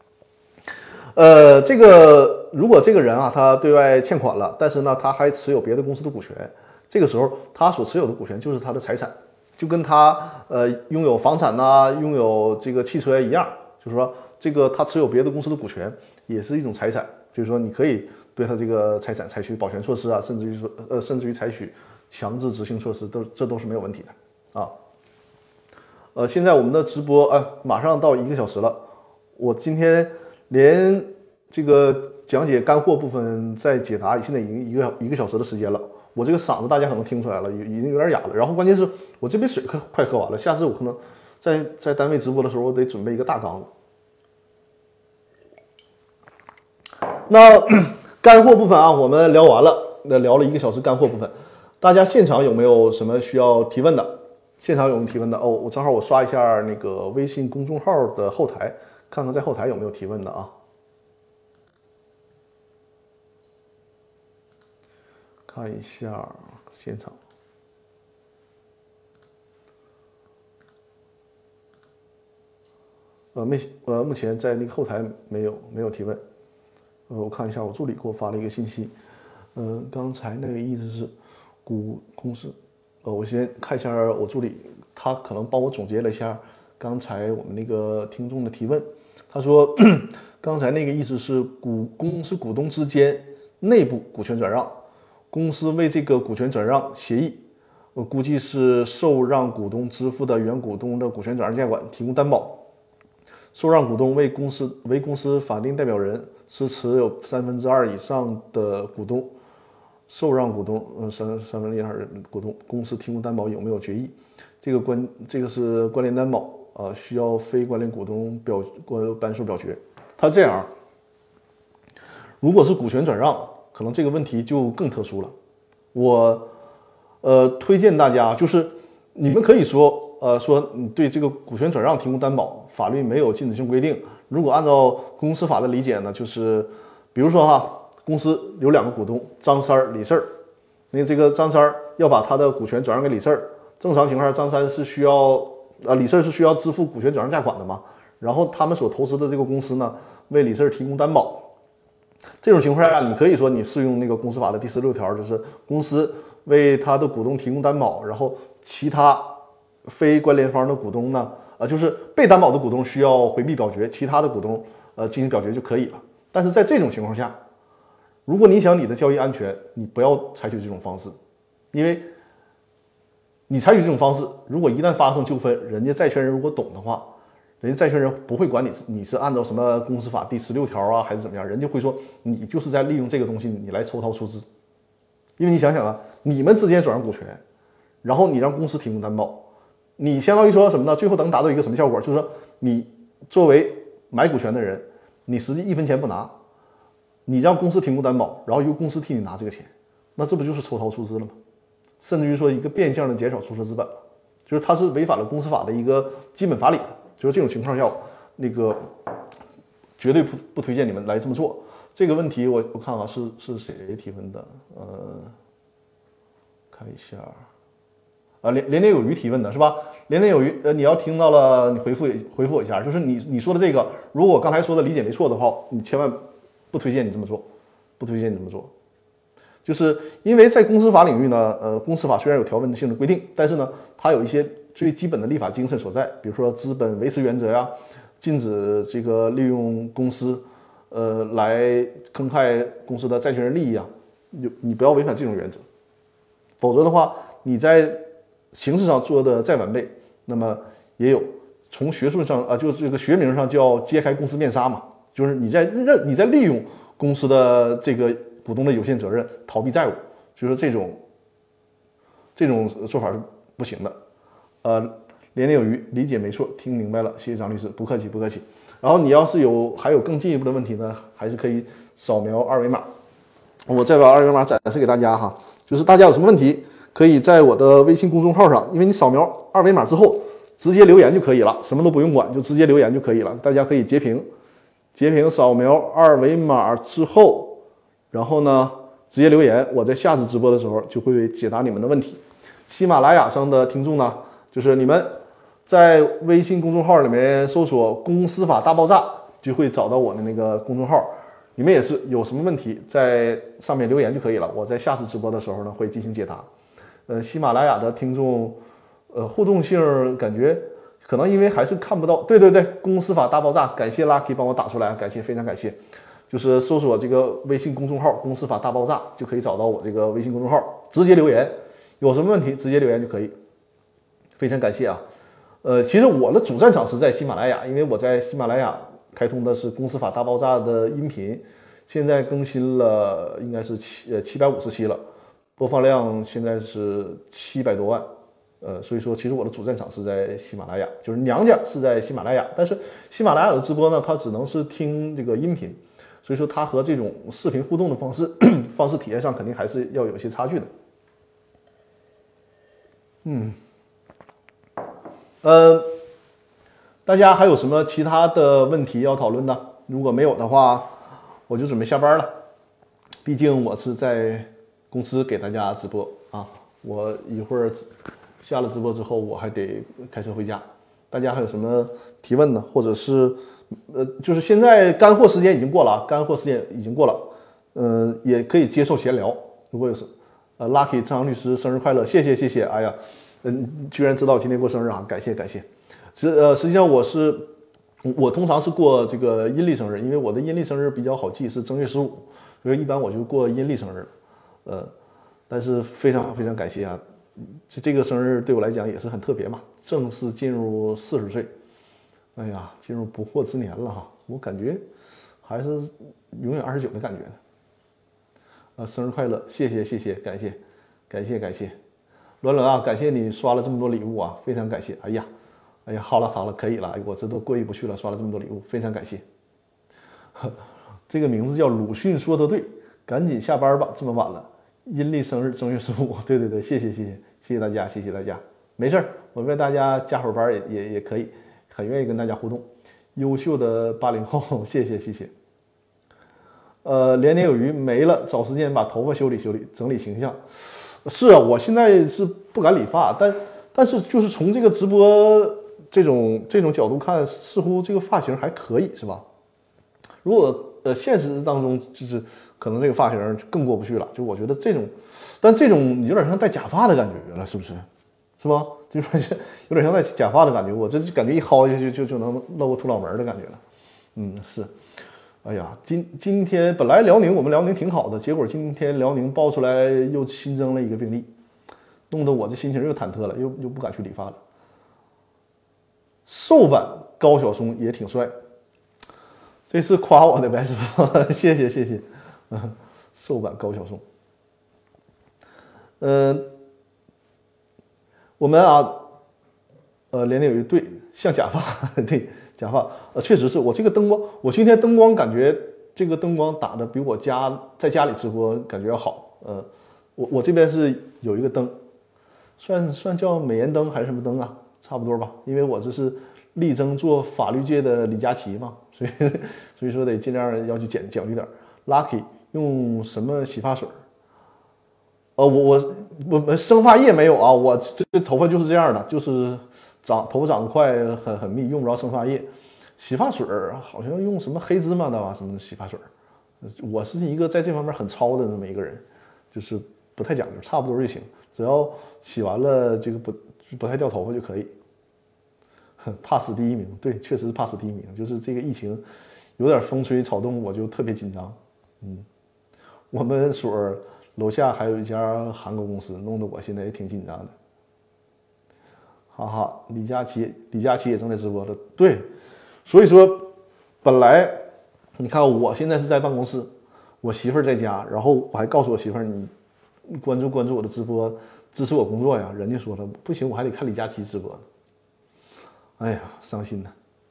这个如果这个人啊，他对外欠款了，但是呢，他还持有别的公司的股权，这个时候他所持有的股权就是他的财产，就跟他拥有房产呐、拥有这个汽车一样，就是说这个他持有别的公司的股权也是一种财产，就是说你可以对他这个财产采取保全措施啊，甚至于采取强制执行措施，这都是没有问题的啊。现在我们的直播马上到1个小时了，我今天连这个讲解干货部分再解答，现在已经一个小时的时间了。我这个嗓子大家可能听出来了，已经有点哑了。然后关键是我这杯水快喝完了，下次我可能在单位直播的时候，我得准备一个大缸子。那干货部分啊，我们聊完了，聊了1个小时干货部分。大家现场有没有什么需要提问的？现场有没有提问的？我正好我刷一下那个微信公众号的后台，看看在后台有没有提问的啊。看一下现场。目前在那个后台没有提问。我看一下我助理给我发了一个信息。刚才那个意思是公司。我先看一下我助理，他可能帮我总结了一下刚才我们那个听众的提问。他说，刚才那个意思是公司股东之间内部股权转让，公司为这个股权转让协议，我估计是受让股东支付的原股东的股权转让价款提供担保。受让股东为公司法定代表人，是持有2/3以上的股东。受让股东3/2股东，公司提供担保有没有决议？这个是关联担保需要非关联股东班数表决。他这样，如果是股权转让，可能这个问题就更特殊了。我推荐大家，就是你们可以说你对这个股权转让提供担保，法律没有禁止性规定。如果按照公司法的理解呢，就是比如说公司有2个股东，张三、李四。那这个张三要把他的股权转让给李四，正常情况下，张三是需要李四是需要支付股权转让价款的嘛？然后他们所投资的这个公司呢，为李四提供担保。这种情况下，你可以说你适用那个公司法的第16条，就是公司为他的股东提供担保，然后其他非关联方的股东呢，就是被担保的股东需要回避表决，其他的股东进行表决就可以了。但是在这种情况下，如果你想你的交易安全，你不要采取这种方式，因为你采取这种方式，如果一旦发生纠纷，人家债权人如果懂的话，人家债权人不会管你是按照什么公司法第16条啊，还是怎么样，人家会说你就是在利用这个东西，你来抽逃出资。因为你想想你们之间转让股权，然后你让公司提供担保，你相当于说什么呢？最后能达到一个什么效果？就是说你作为买股权的人，你实际1分钱不拿。你让公司提供担保，然后由公司替你拿这个钱，那这不就是抽逃出资了吗？甚至于说一个变相的减少注册资本了，就是它是违反了公司法的一个基本法理的。就是这种情况下，那个绝对不推荐你们来这么做。这个问题我看是谁提问的？看一下连年有余提问的是吧？连年有余，你要听到了，你回复我一下，就是你说的这个，如果我刚才说的理解没错的话，你千万不推荐你这么做，就是因为在公司法领域呢，公司法虽然有条文性的规定，但是呢，它有一些最基本的立法精神所在，比如说资本维持原则呀，禁止这个利用公司，来坑害公司的债权人利益啊，你不要违反这种原则，否则的话，你在形式上做的再完备，那么也有从学术上就这个学名上叫揭开公司面纱嘛。就是你在利用公司的这个股东的有限责任逃避债务，就是这种做法是不行的。连年有余，理解没错，听明白了，谢谢张律师，不客气。然后你要是还有更进一步的问题呢，还是可以扫描2维码，我再把2维码展示给大家哈。就是大家有什么问题，可以在我的微信公众号上，因为你扫描2维码之后，直接留言就可以了，什么都不用管，就直接留言就可以了。大家可以截屏扫描2维码之后，然后呢直接留言，我在下次直播的时候就会解答你们的问题。喜马拉雅上的听众呢，就是你们在微信公众号里面搜索公司法大爆炸，就会找到我的那个公众号，你们也是有什么问题在上面留言就可以了，我在下次直播的时候呢会进行解答。喜马拉雅的听众互动性感觉可能因为还是看不到，对，公司法大爆炸，感谢 Lucky 帮我打出来，感谢，非常感谢。就是搜索这个微信公众号公司法大爆炸就可以找到我这个微信公众号，直接留言， 有什么问题直接留言就可以。非常感谢啊。其实我的主战场是在喜马拉雅，因为我在喜马拉雅开通的是《公司法大爆炸》的音频，现在更新了应该是750期了，播放量现在是700多万。所以说其实我的主战场是在喜马拉雅，就是娘家是在喜马拉雅，但是喜马拉雅的直播呢，它只能是听这个音频，所以说它和这种视频互动的方式体验上肯定还是要有一些差距的。大家还有什么其他的问题要讨论的？如果没有的话，我就准备下班了。毕竟我是在公司给大家直播啊，我一会儿下了直播之后，我还得开车回家。大家还有什么提问呢？或者是就是现在干货时间已经过了啊，干货时间已经过了，也可以接受闲聊。如果有什Lucky 张律师生日快乐，谢谢，哎呀，居然知道我今天过生日啊，感谢。实际上我通常是过这个阴历生日，因为我的阴历生日比较好记，是正月15，所以一般我就过阴历生日。但是非常感谢啊，这个生日对我来讲也是很特别嘛，正式进入40岁，哎呀，进入不惑之年了哈，我感觉还是永远29的感觉呢。生日快乐，谢谢，感谢，暖啊，感谢你刷了这么多礼物啊，非常感谢。哎呀，好了，可以了，我这都过意不去了，刷了这么多礼物，非常感谢。这个名字叫鲁迅说的对，赶紧下班吧，这么晚了。阴历生日正月15，对，谢谢大家，没事，我为大家加会儿班也可以，很愿意跟大家互动。优秀的80后，谢谢。连年有余没了，找时间把头发修理，整理形象。是啊，我现在是不敢理发，但是就是从这个直播这种角度看，似乎这个发型还可以，是吧？如果现实当中就是可能这个发型更过不去了，就我觉得但这种有点像戴假发的感觉了，是不是？是吧？就是有点像戴假发的感觉，我这感觉一薅下去就能露个秃脑门的感觉了。是。哎呀，今天本来我们辽宁挺好的，结果今天辽宁爆出来又新增了一个病例，弄得我这心情又忐忑了，又不敢去理发了。瘦版高晓松也挺帅，这是夸我的呗，是吧？谢谢。瘦版高晓松。我们连年有一对像假发，对。假发，确实是我这个灯光，我今天灯光感觉这个灯光打的比我在家里直播感觉要好。我这边是有一个灯，算叫美颜灯还是什么灯啊？差不多吧，因为我这是力争做法律界的李佳琦嘛，所以说得尽量要去讲究点。Lucky 用什么洗发水？我生发液没有啊，我这头发就是这样的，就是头发长得快，很密，用不着生发液。洗发水好像用什么黑芝麻的吧，什么洗发水。我是一个在这方面很糙的那么一个人，就是不太讲究，差不多就行，只要洗完了这个不太掉头发就可以。怕死第一名，对，确实是怕死第一名，就是这个疫情有点风吹草动，我就特别紧张。我们所楼下还有一家韩国公司，弄得我现在也挺紧张的。哈哈，李佳琦也正在直播了，对，所以说本来你看我现在是在办公室，我媳妇儿在家，然后我还告诉我媳妇儿，你关注我的直播，支持我工作呀。人家说了不行，我还得看李佳琦直播呢。哎呀，伤心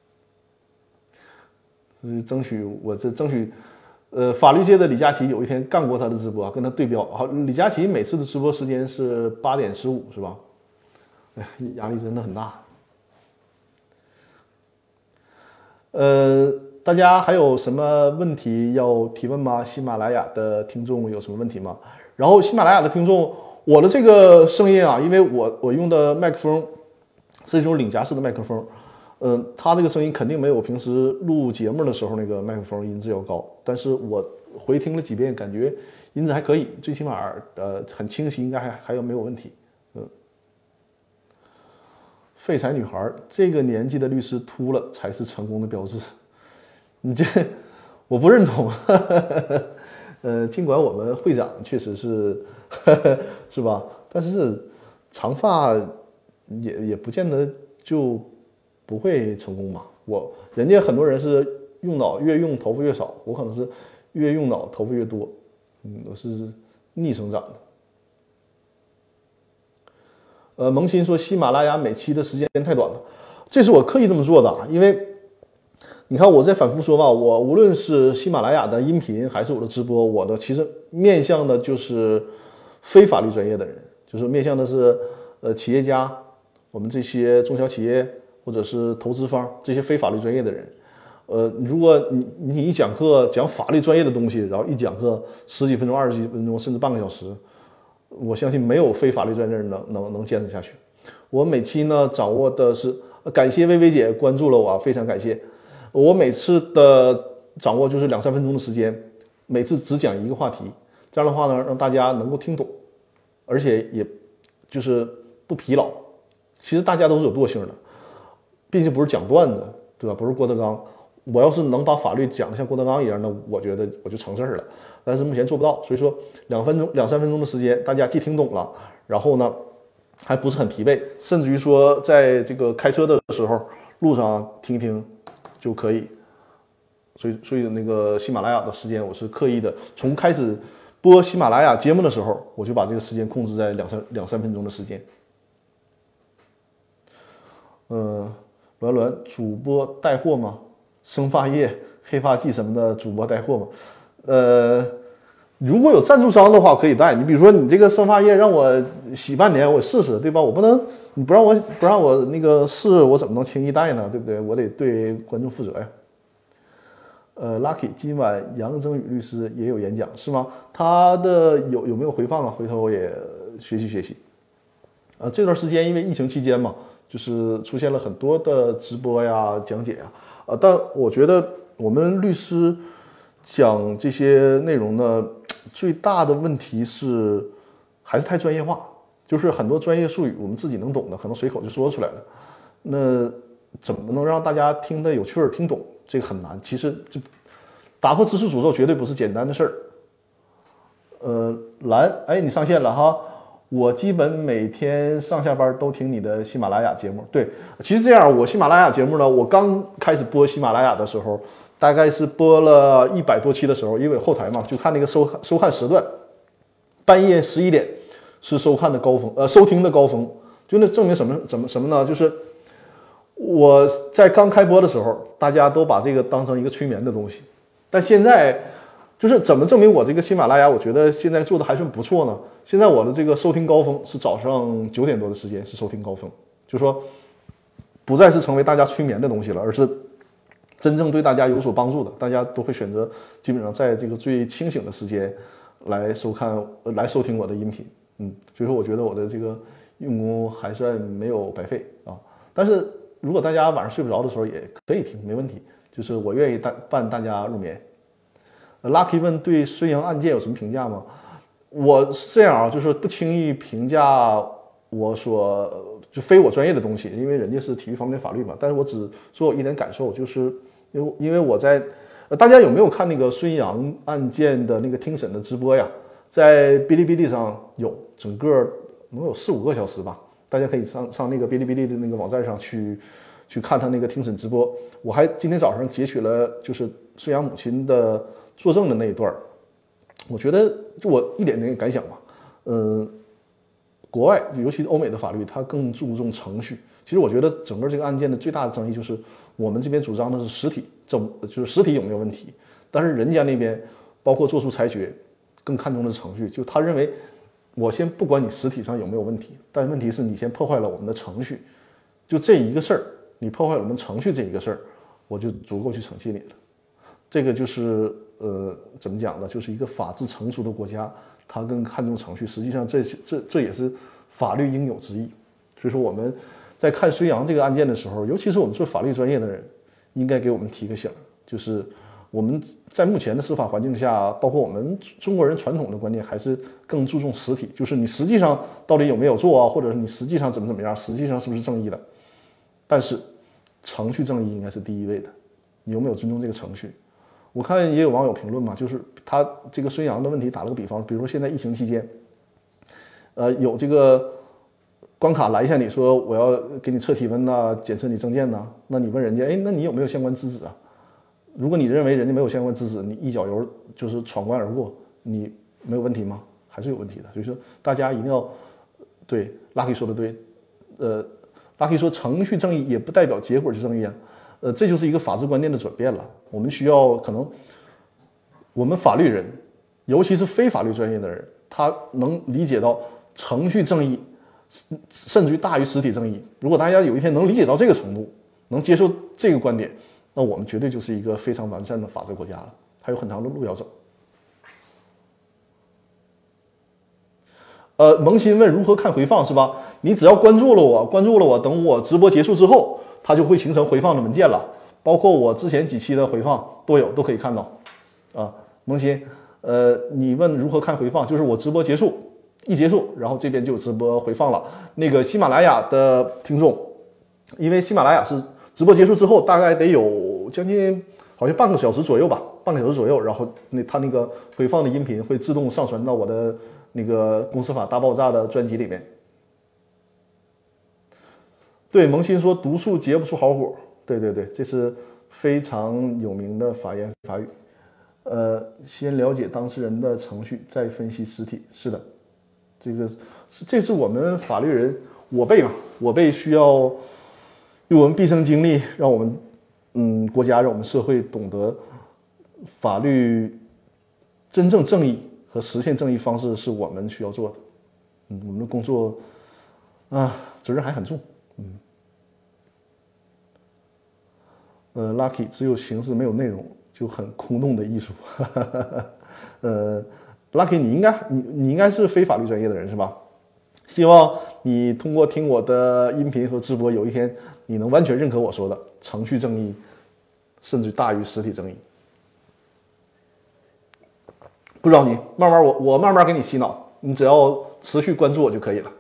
呐。争取，法律界的李佳琦有一天干过他的直播，跟他对标。好，李佳琦每次的直播时间是8点15，是吧？哎，压力真的很大。大家还有什么问题要提问吗？喜马拉雅的听众有什么问题吗？然后喜马拉雅的听众，我的这个声音啊，因为我用的麦克风是一种领夹式的麦克风，它这个声音肯定没有我平时录节目的时候那个麦克风音质要高，但是我回听了几遍，感觉音质还可以，最起码很清晰，应该还有没有问题。废柴女孩，这个年纪的律师秃了才是成功的标志。你这我不认同。尽管我们会长确实是是吧， 但是长发也不见得就不会成功嘛。人家很多人是越用头发越少，我可能是越用脑头发越多，我是逆生长的。萌新说喜马拉雅每期的时间太短了，这是我刻意这么做的，因为你看我在反复说吧，我无论是喜马拉雅的音频还是我的直播，我的其实面向的就是非法律专业的人，就是面向的是企业家，我们这些中小企业或者是投资方这些非法律专业的人。如果你一讲课讲法律专业的东西，然后一讲课10几分钟、20几分钟，甚至半个小时，我相信没有非法律专业人能坚持下去。我每期呢掌握的是，感谢薇薇姐关注了我，非常感谢。我每次的掌握就是2、3分钟的时间，每次只讲一个话题，这样的话呢，让大家能够听懂，而且也就是不疲劳。其实大家都是有惰性的，毕竟不是讲段子，对吧？不是郭德纲。我要是能把法律讲得像郭德纲一样的，我觉得我就成事儿了。但是目前做不到，所以说2、3分钟的时间，大家既听懂了，然后呢还不是很疲惫，甚至于说在这个开车的时候路上听一听就可以。所以那个喜马拉雅的时间我是刻意的，从开始播喜马拉雅节目的时候，我就把这个时间控制在2、3分钟的时间。栾主播带货吗？生发液、黑发剂什么的，主播带货吗？如果有赞助商的话，可以带。你比如说，你这个生发液让我洗半年，我试试，对吧？我不能，你不让我那个试，我怎么能轻易带呢？对不对？我得对观众负责呀。Lucky 今晚杨征宇律师也有演讲是吗？他的有没有回放啊？回头我也学习学习。这段时间因为疫情期间嘛，就是出现了很多的直播呀、讲解呀。但我觉得我们律师讲这些内容呢，最大的问题是还是太专业化，就是很多专业术语我们自己能懂的，可能随口就说出来了。那怎么能让大家听得有趣儿、听懂？这个很难。其实这打破知识诅咒绝对不是简单的事儿。蓝，你上线了哈。我基本每天上下班都听你的喜马拉雅节目。对，其实这样，我喜马拉雅节目呢，我刚开始播喜马拉雅的时候，大概是播了100多期的时候，因为后台嘛，就看那个收看时段，半夜11点是收看的高峰，收听的高峰。就那证明什么呢？就是我在刚开播的时候，大家都把这个当成一个催眠的东西，但现在就是怎么证明我这个喜马拉雅，我觉得现在做的还算不错呢？现在我的这个收听高峰是早上9点多的时间是收听高峰，就是说不再是成为大家催眠的东西了，而是真正对大家有所帮助的。大家都会选择基本上在这个最清醒的时间来收听我的音频。所以说我觉得我的这个用功还算没有白费啊。但是如果大家晚上睡不着的时候也可以听，没问题，就是我愿意伴大家入眠。Lucky 问对孙杨案件有什么评价吗？我是这样啊，就是不轻易评价就非我专业的东西，因为人家是体育方面的法律嘛。但是我只说我一点感受，就是因为我在大家有没有看那个孙杨案件的那个听审的直播呀？在哔哩哔哩上有，整个能有4、5个小时吧，大家可以上那个哔哩哔哩的那个网站上去看他那个听审直播。我还今天早上截取了就是孙杨母亲的作证的那一段，我觉得就我一点点感想吧。国外尤其是欧美的法律，它更注重程序。其实我觉得整个这个案件的最大的争议就是我们这边主张的是实体就是实体有没有问题，但是人家那边包括做出裁决更看重的是程序，就他认为我先不管你实体上有没有问题，但问题是你先破坏了我们的程序，就这一个事儿，你破坏了我们程序这一个事儿，我就足够去惩戒你了。这个就是怎么讲呢？就是一个法治成熟的国家，它更看重程序。实际上这也是法律应有之义。所以说我们在看孙杨这个案件的时候，尤其是我们做法律专业的人，应该给我们提个醒，就是我们在目前的司法环境下，包括我们中国人传统的观念，还是更注重实体，就是你实际上到底有没有做啊，或者是你实际上怎么样，实际上是不是正义的。但是程序正义应该是第一位的，你有没有尊重这个程序？我看也有网友评论嘛，就是他这个孙杨的问题打了个比方，比如说现在疫情期间， 有这个关卡拦下你说我要给你测体温呐、检测你证件呐，那你问人家，哎，那你有没有相关资质啊？如果你认为人家没有相关资质，你一脚油就是闯关而过，你没有问题吗？还是有问题的。所以说大家一定要对 Lucky 说的对，Lucky 说程序正义也不代表结果就正义啊，这就是一个法治观念的转变了。我们需要可能我们法律人，尤其是非法律专业的人，他能理解到程序正义甚至于大于实体正义。如果大家有一天能理解到这个程度，能接受这个观点，那我们绝对就是一个非常完善的法治国家了，还有很长的路要走。萌新问如何看回放是吧？你只要关注了我，等我直播结束之后，它就会形成回放的文件了，包括我之前几期的回放都可以看到。啊，萌新，你问如何看回放，就是我直播结束一结束，然后这边就有直播回放了。那个喜马拉雅的听众，因为喜马拉雅是直播结束之后大概得有将近好像半个小时左右吧，然后它那个回放的音频会自动上传到我的那个公司法大爆炸的专辑里面。对，萌新说毒素结不出好果，对，这是非常有名的法言法语。先了解当事人的程序，再分析实体。是的，这是我们法律人我辈需要用我们毕生精力，让我们国家让我们社会懂得法律真正正义和实现正义方式是我们需要做的。我们的工作责任还很重。Lucky 只有形式没有内容，就很空洞的艺术。Lucky 你应该是非法律专业的人是吧？希望你通过听我的音频和直播，有一天你能完全认可我说的程序正义，甚至大于实体正义。不着急，我慢慢给你洗脑，你只要持续关注我就可以了。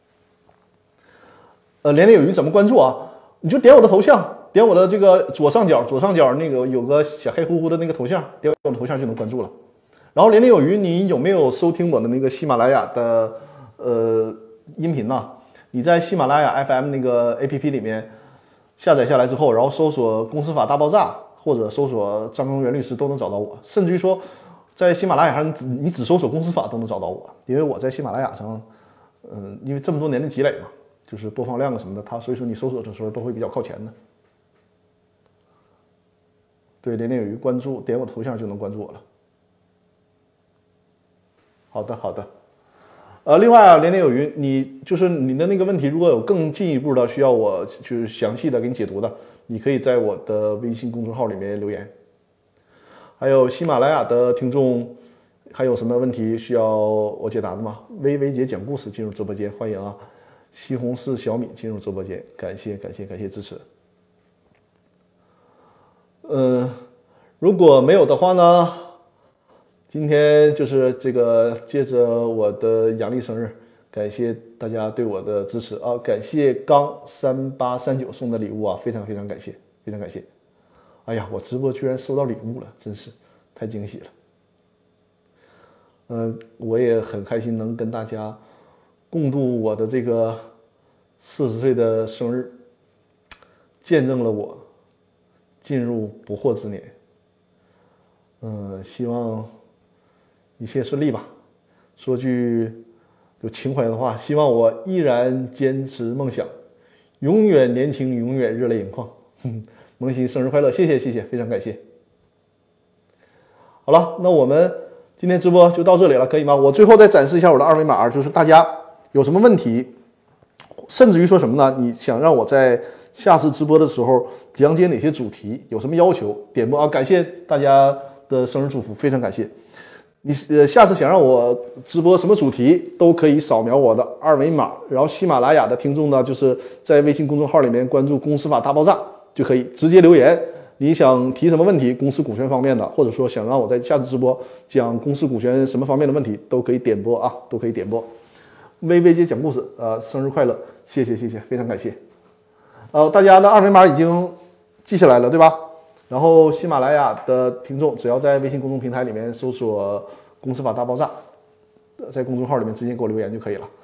连连有余怎么关注啊？你就点我的头像，点我的这个左上角那个有个小黑乎乎的那个头像，点我的头像就能关注了。然后连连有余，你有没有收听我的那个喜马拉雅的音频呢？你在喜马拉雅 FM 那个 APP 里面下载下来之后，然后搜索公司法大爆炸或者搜索张根源律师都能找到我，甚至于说在喜马拉雅上你只搜索公司法都能找到我，因为我在喜马拉雅上因为这么多年的积累嘛，就是播放量什么的，所以说你搜索的时候都会比较靠前的。对，连连有余关注，点我头像就能关注我了。好的。另外啊，连连有余，你的那个问题，如果有更进一步的需要我去详细的给你解读的，你可以在我的微信公众号里面留言。还有喜马拉雅的听众，还有什么问题需要我解答的吗？薇薇姐讲故事进入直播间，欢迎啊！西红柿小米进入直播间，感谢支持。如果没有的话呢？今天就是这个借着我的阳历生日，感谢大家对我的支持啊！感谢刚3839送的礼物啊，非常感谢，非常感谢！哎呀，我直播居然收到礼物了，真是太惊喜了。我也很开心能跟大家共度我的这个40岁的生日，见证了我进入不惑之年。希望一切顺利吧。说句有情怀的话，希望我依然坚持梦想，永远年轻，永远热泪盈眶。萌新生日快乐，谢谢，非常感谢。好了，那我们今天直播就到这里了，可以吗？我最后再展示一下我的二维码，就是大家有什么问题，甚至于说什么呢？你想让我在下次直播的时候讲解哪些主题，有什么要求点播啊？感谢大家的生日祝福，非常感谢。你下次想让我直播什么主题，都可以扫描我的二维码，然后喜马拉雅的听众呢，就是在微信公众号里面关注公司法大爆炸就可以直接留言。你想提什么问题，公司股权方面的，或者说想让我在下次直播讲公司股权什么方面的问题，都可以点播啊，都可以点播。薇薇姐讲故事，生日快乐，谢谢，非常感谢。大家的二维码已经记下来了，对吧？然后喜马拉雅的听众只要在微信公众平台里面搜索公司法大爆炸，在公众号里面直接给我留言就可以了。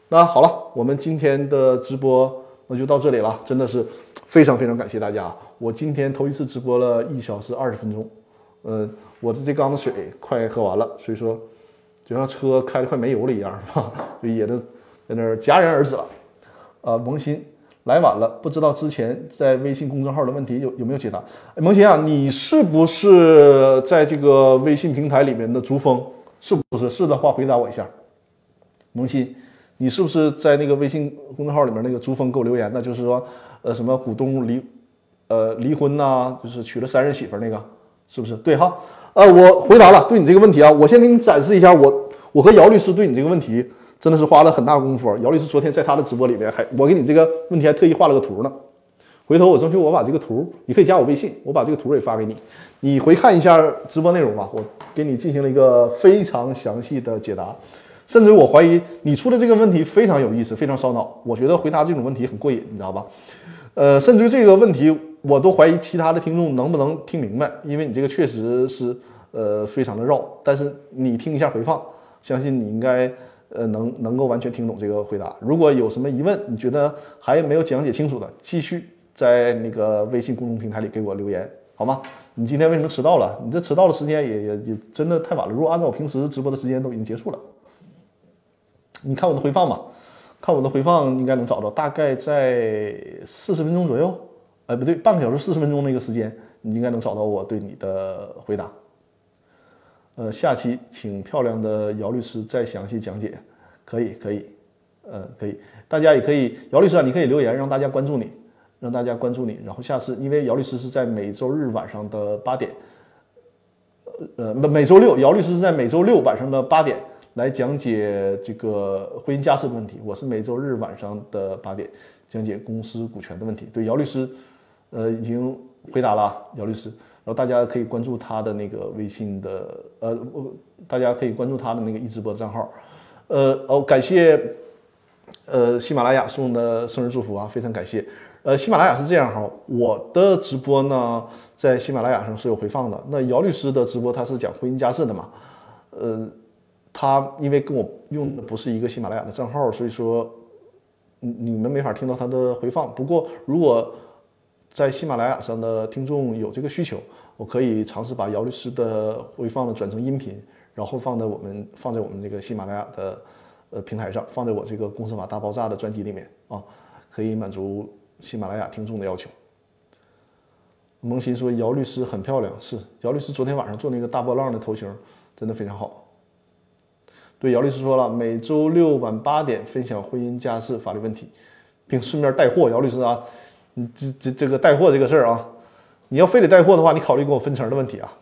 那好了，我们今天的直播那就到这里了，真的是非常非常感谢大家。我今天头一次直播了1小时20分钟，我这缸的水快喝完了，所以说就像车开的快没油了一样，是吧？就也都在那儿戛然而止了。萌新来晚了，不知道之前在微信公众号的问题有没有解答？萌新啊，你是不是在这个微信平台里面的珠峰？是不是？是的话，回答我一下。萌新，你是不是在那个微信公众号里面那个珠峰给我留言？那就是说，什么股东离婚呐，就是娶了3任媳妇那个，是不是？对哈。我回答了，对你这个问题啊，我先给你展示一下我和姚律师对你这个问题真的是花了很大功夫。姚律师昨天在他的直播里面我给你这个问题还特意画了个图呢。回头我争取我把这个图，你可以加我微信，我把这个图也发给你，你回看一下直播内容吧。我给你进行了一个非常详细的解答，甚至我怀疑你出的这个问题非常有意思，非常烧脑。我觉得回答这种问题很过瘾，你知道吧？甚至于这个问题我都怀疑其他的听众能不能听明白，因为你这个确实是非常的绕。但是你听一下回放，相信你应该能够完全听懂这个回答。如果有什么疑问，你觉得还没有讲解清楚的，继续在那个微信公众平台里给我留言，好吗？你今天为什么迟到了？你这迟到的时间也真的太晚了。如果按照我平时直播的时间，都已经结束了。你看我的回放吧，看我的回放应该能找到，大概在40分钟左右，不对，半个小时40分钟那个时间，你应该能找到我对你的回答。下期请漂亮的姚律师再详细讲解，可以，可以，大家也可以，姚律师啊，你可以留言让大家关注你，然后下次，因为姚律师是在每周日晚上的8点，每周六，姚律师是在每周六晚上的8点来讲解这个婚姻家事的问题，我是每周日晚上的8点讲解公司股权的问题。对，姚律师，已经回答了，姚律师。然后大家可以关注他的那个微信的，大家可以关注他的那个易直播账号。感谢喜马拉雅送的生日祝福啊，非常感谢。喜马拉雅是这样哈，我的直播呢在喜马拉雅上是有回放的。那姚律师的直播他是讲婚姻家事的嘛，他因为跟我用的不是一个喜马拉雅的账号，所以说你们没法听到他的回放。不过如果在喜马拉雅上的听众有这个需求，我可以尝试把姚律师的回放呢转成音频，然后放在我们这个喜马拉雅的平台上，放在我这个《公司法大爆炸》的专辑里面啊，可以满足喜马拉雅听众的要求。萌新说姚律师很漂亮，是姚律师昨天晚上做那个大波浪的头型真的非常好。对，姚律师说了，每周六晚8点分享婚姻家事法律问题，并顺便带货。姚律师啊，你这个带货这个事儿啊，你要非得带货的话，你考虑跟我分成的问题啊。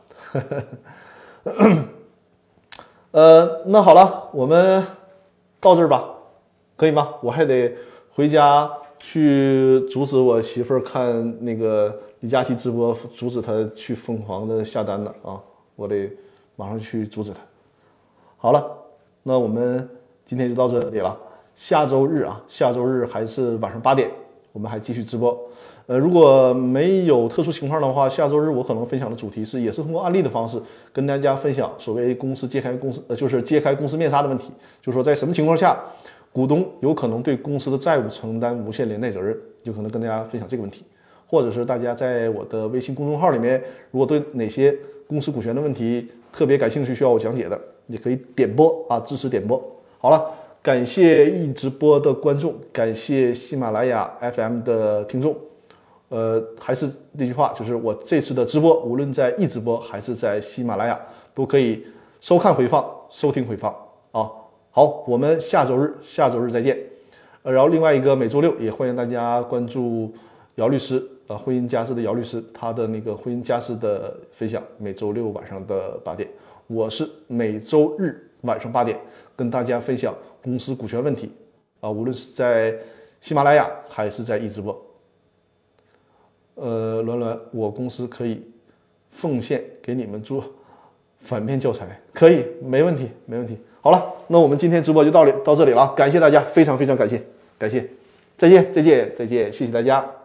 那好了，我们到这儿吧，可以吗？我还得回家去阻止我媳妇儿看那个李佳琦直播，阻止她去疯狂的下单了啊！我得马上去阻止她。好了，那我们今天就到这里了。下周日还是晚上8点，我们还继续直播。如果没有特殊情况的话，下周日我可能分享的主题也是通过案例的方式跟大家分享所谓公司揭开公司面纱的问题，就是说在什么情况下股东有可能对公司的债务承担无限连带责任，就可能跟大家分享这个问题。或者是大家在我的微信公众号里面，如果对哪些公司股权的问题特别感兴趣，需要我讲解的，也可以点播啊，支持点播。好了，感谢易直播的观众，感谢喜马拉雅 FM 的听众。还是那句话，就是我这次的直播，无论在易直播还是在喜马拉雅，都可以收看回放、收听回放啊。好，我们下周日再见。然后另外一个每周六也欢迎大家关注姚律师，婚姻家事的姚律师，他的那个婚姻家事的分享，每周六晚上的8点，我是每周日晚上8点跟大家分享公司股权问题啊，无论是在喜马拉雅还是在易直播。鸾，我公司可以奉献给你们做反面教材，可以，没问题。好了，那我们今天直播就到这里了，感谢大家，非常感谢，再见，谢谢大家。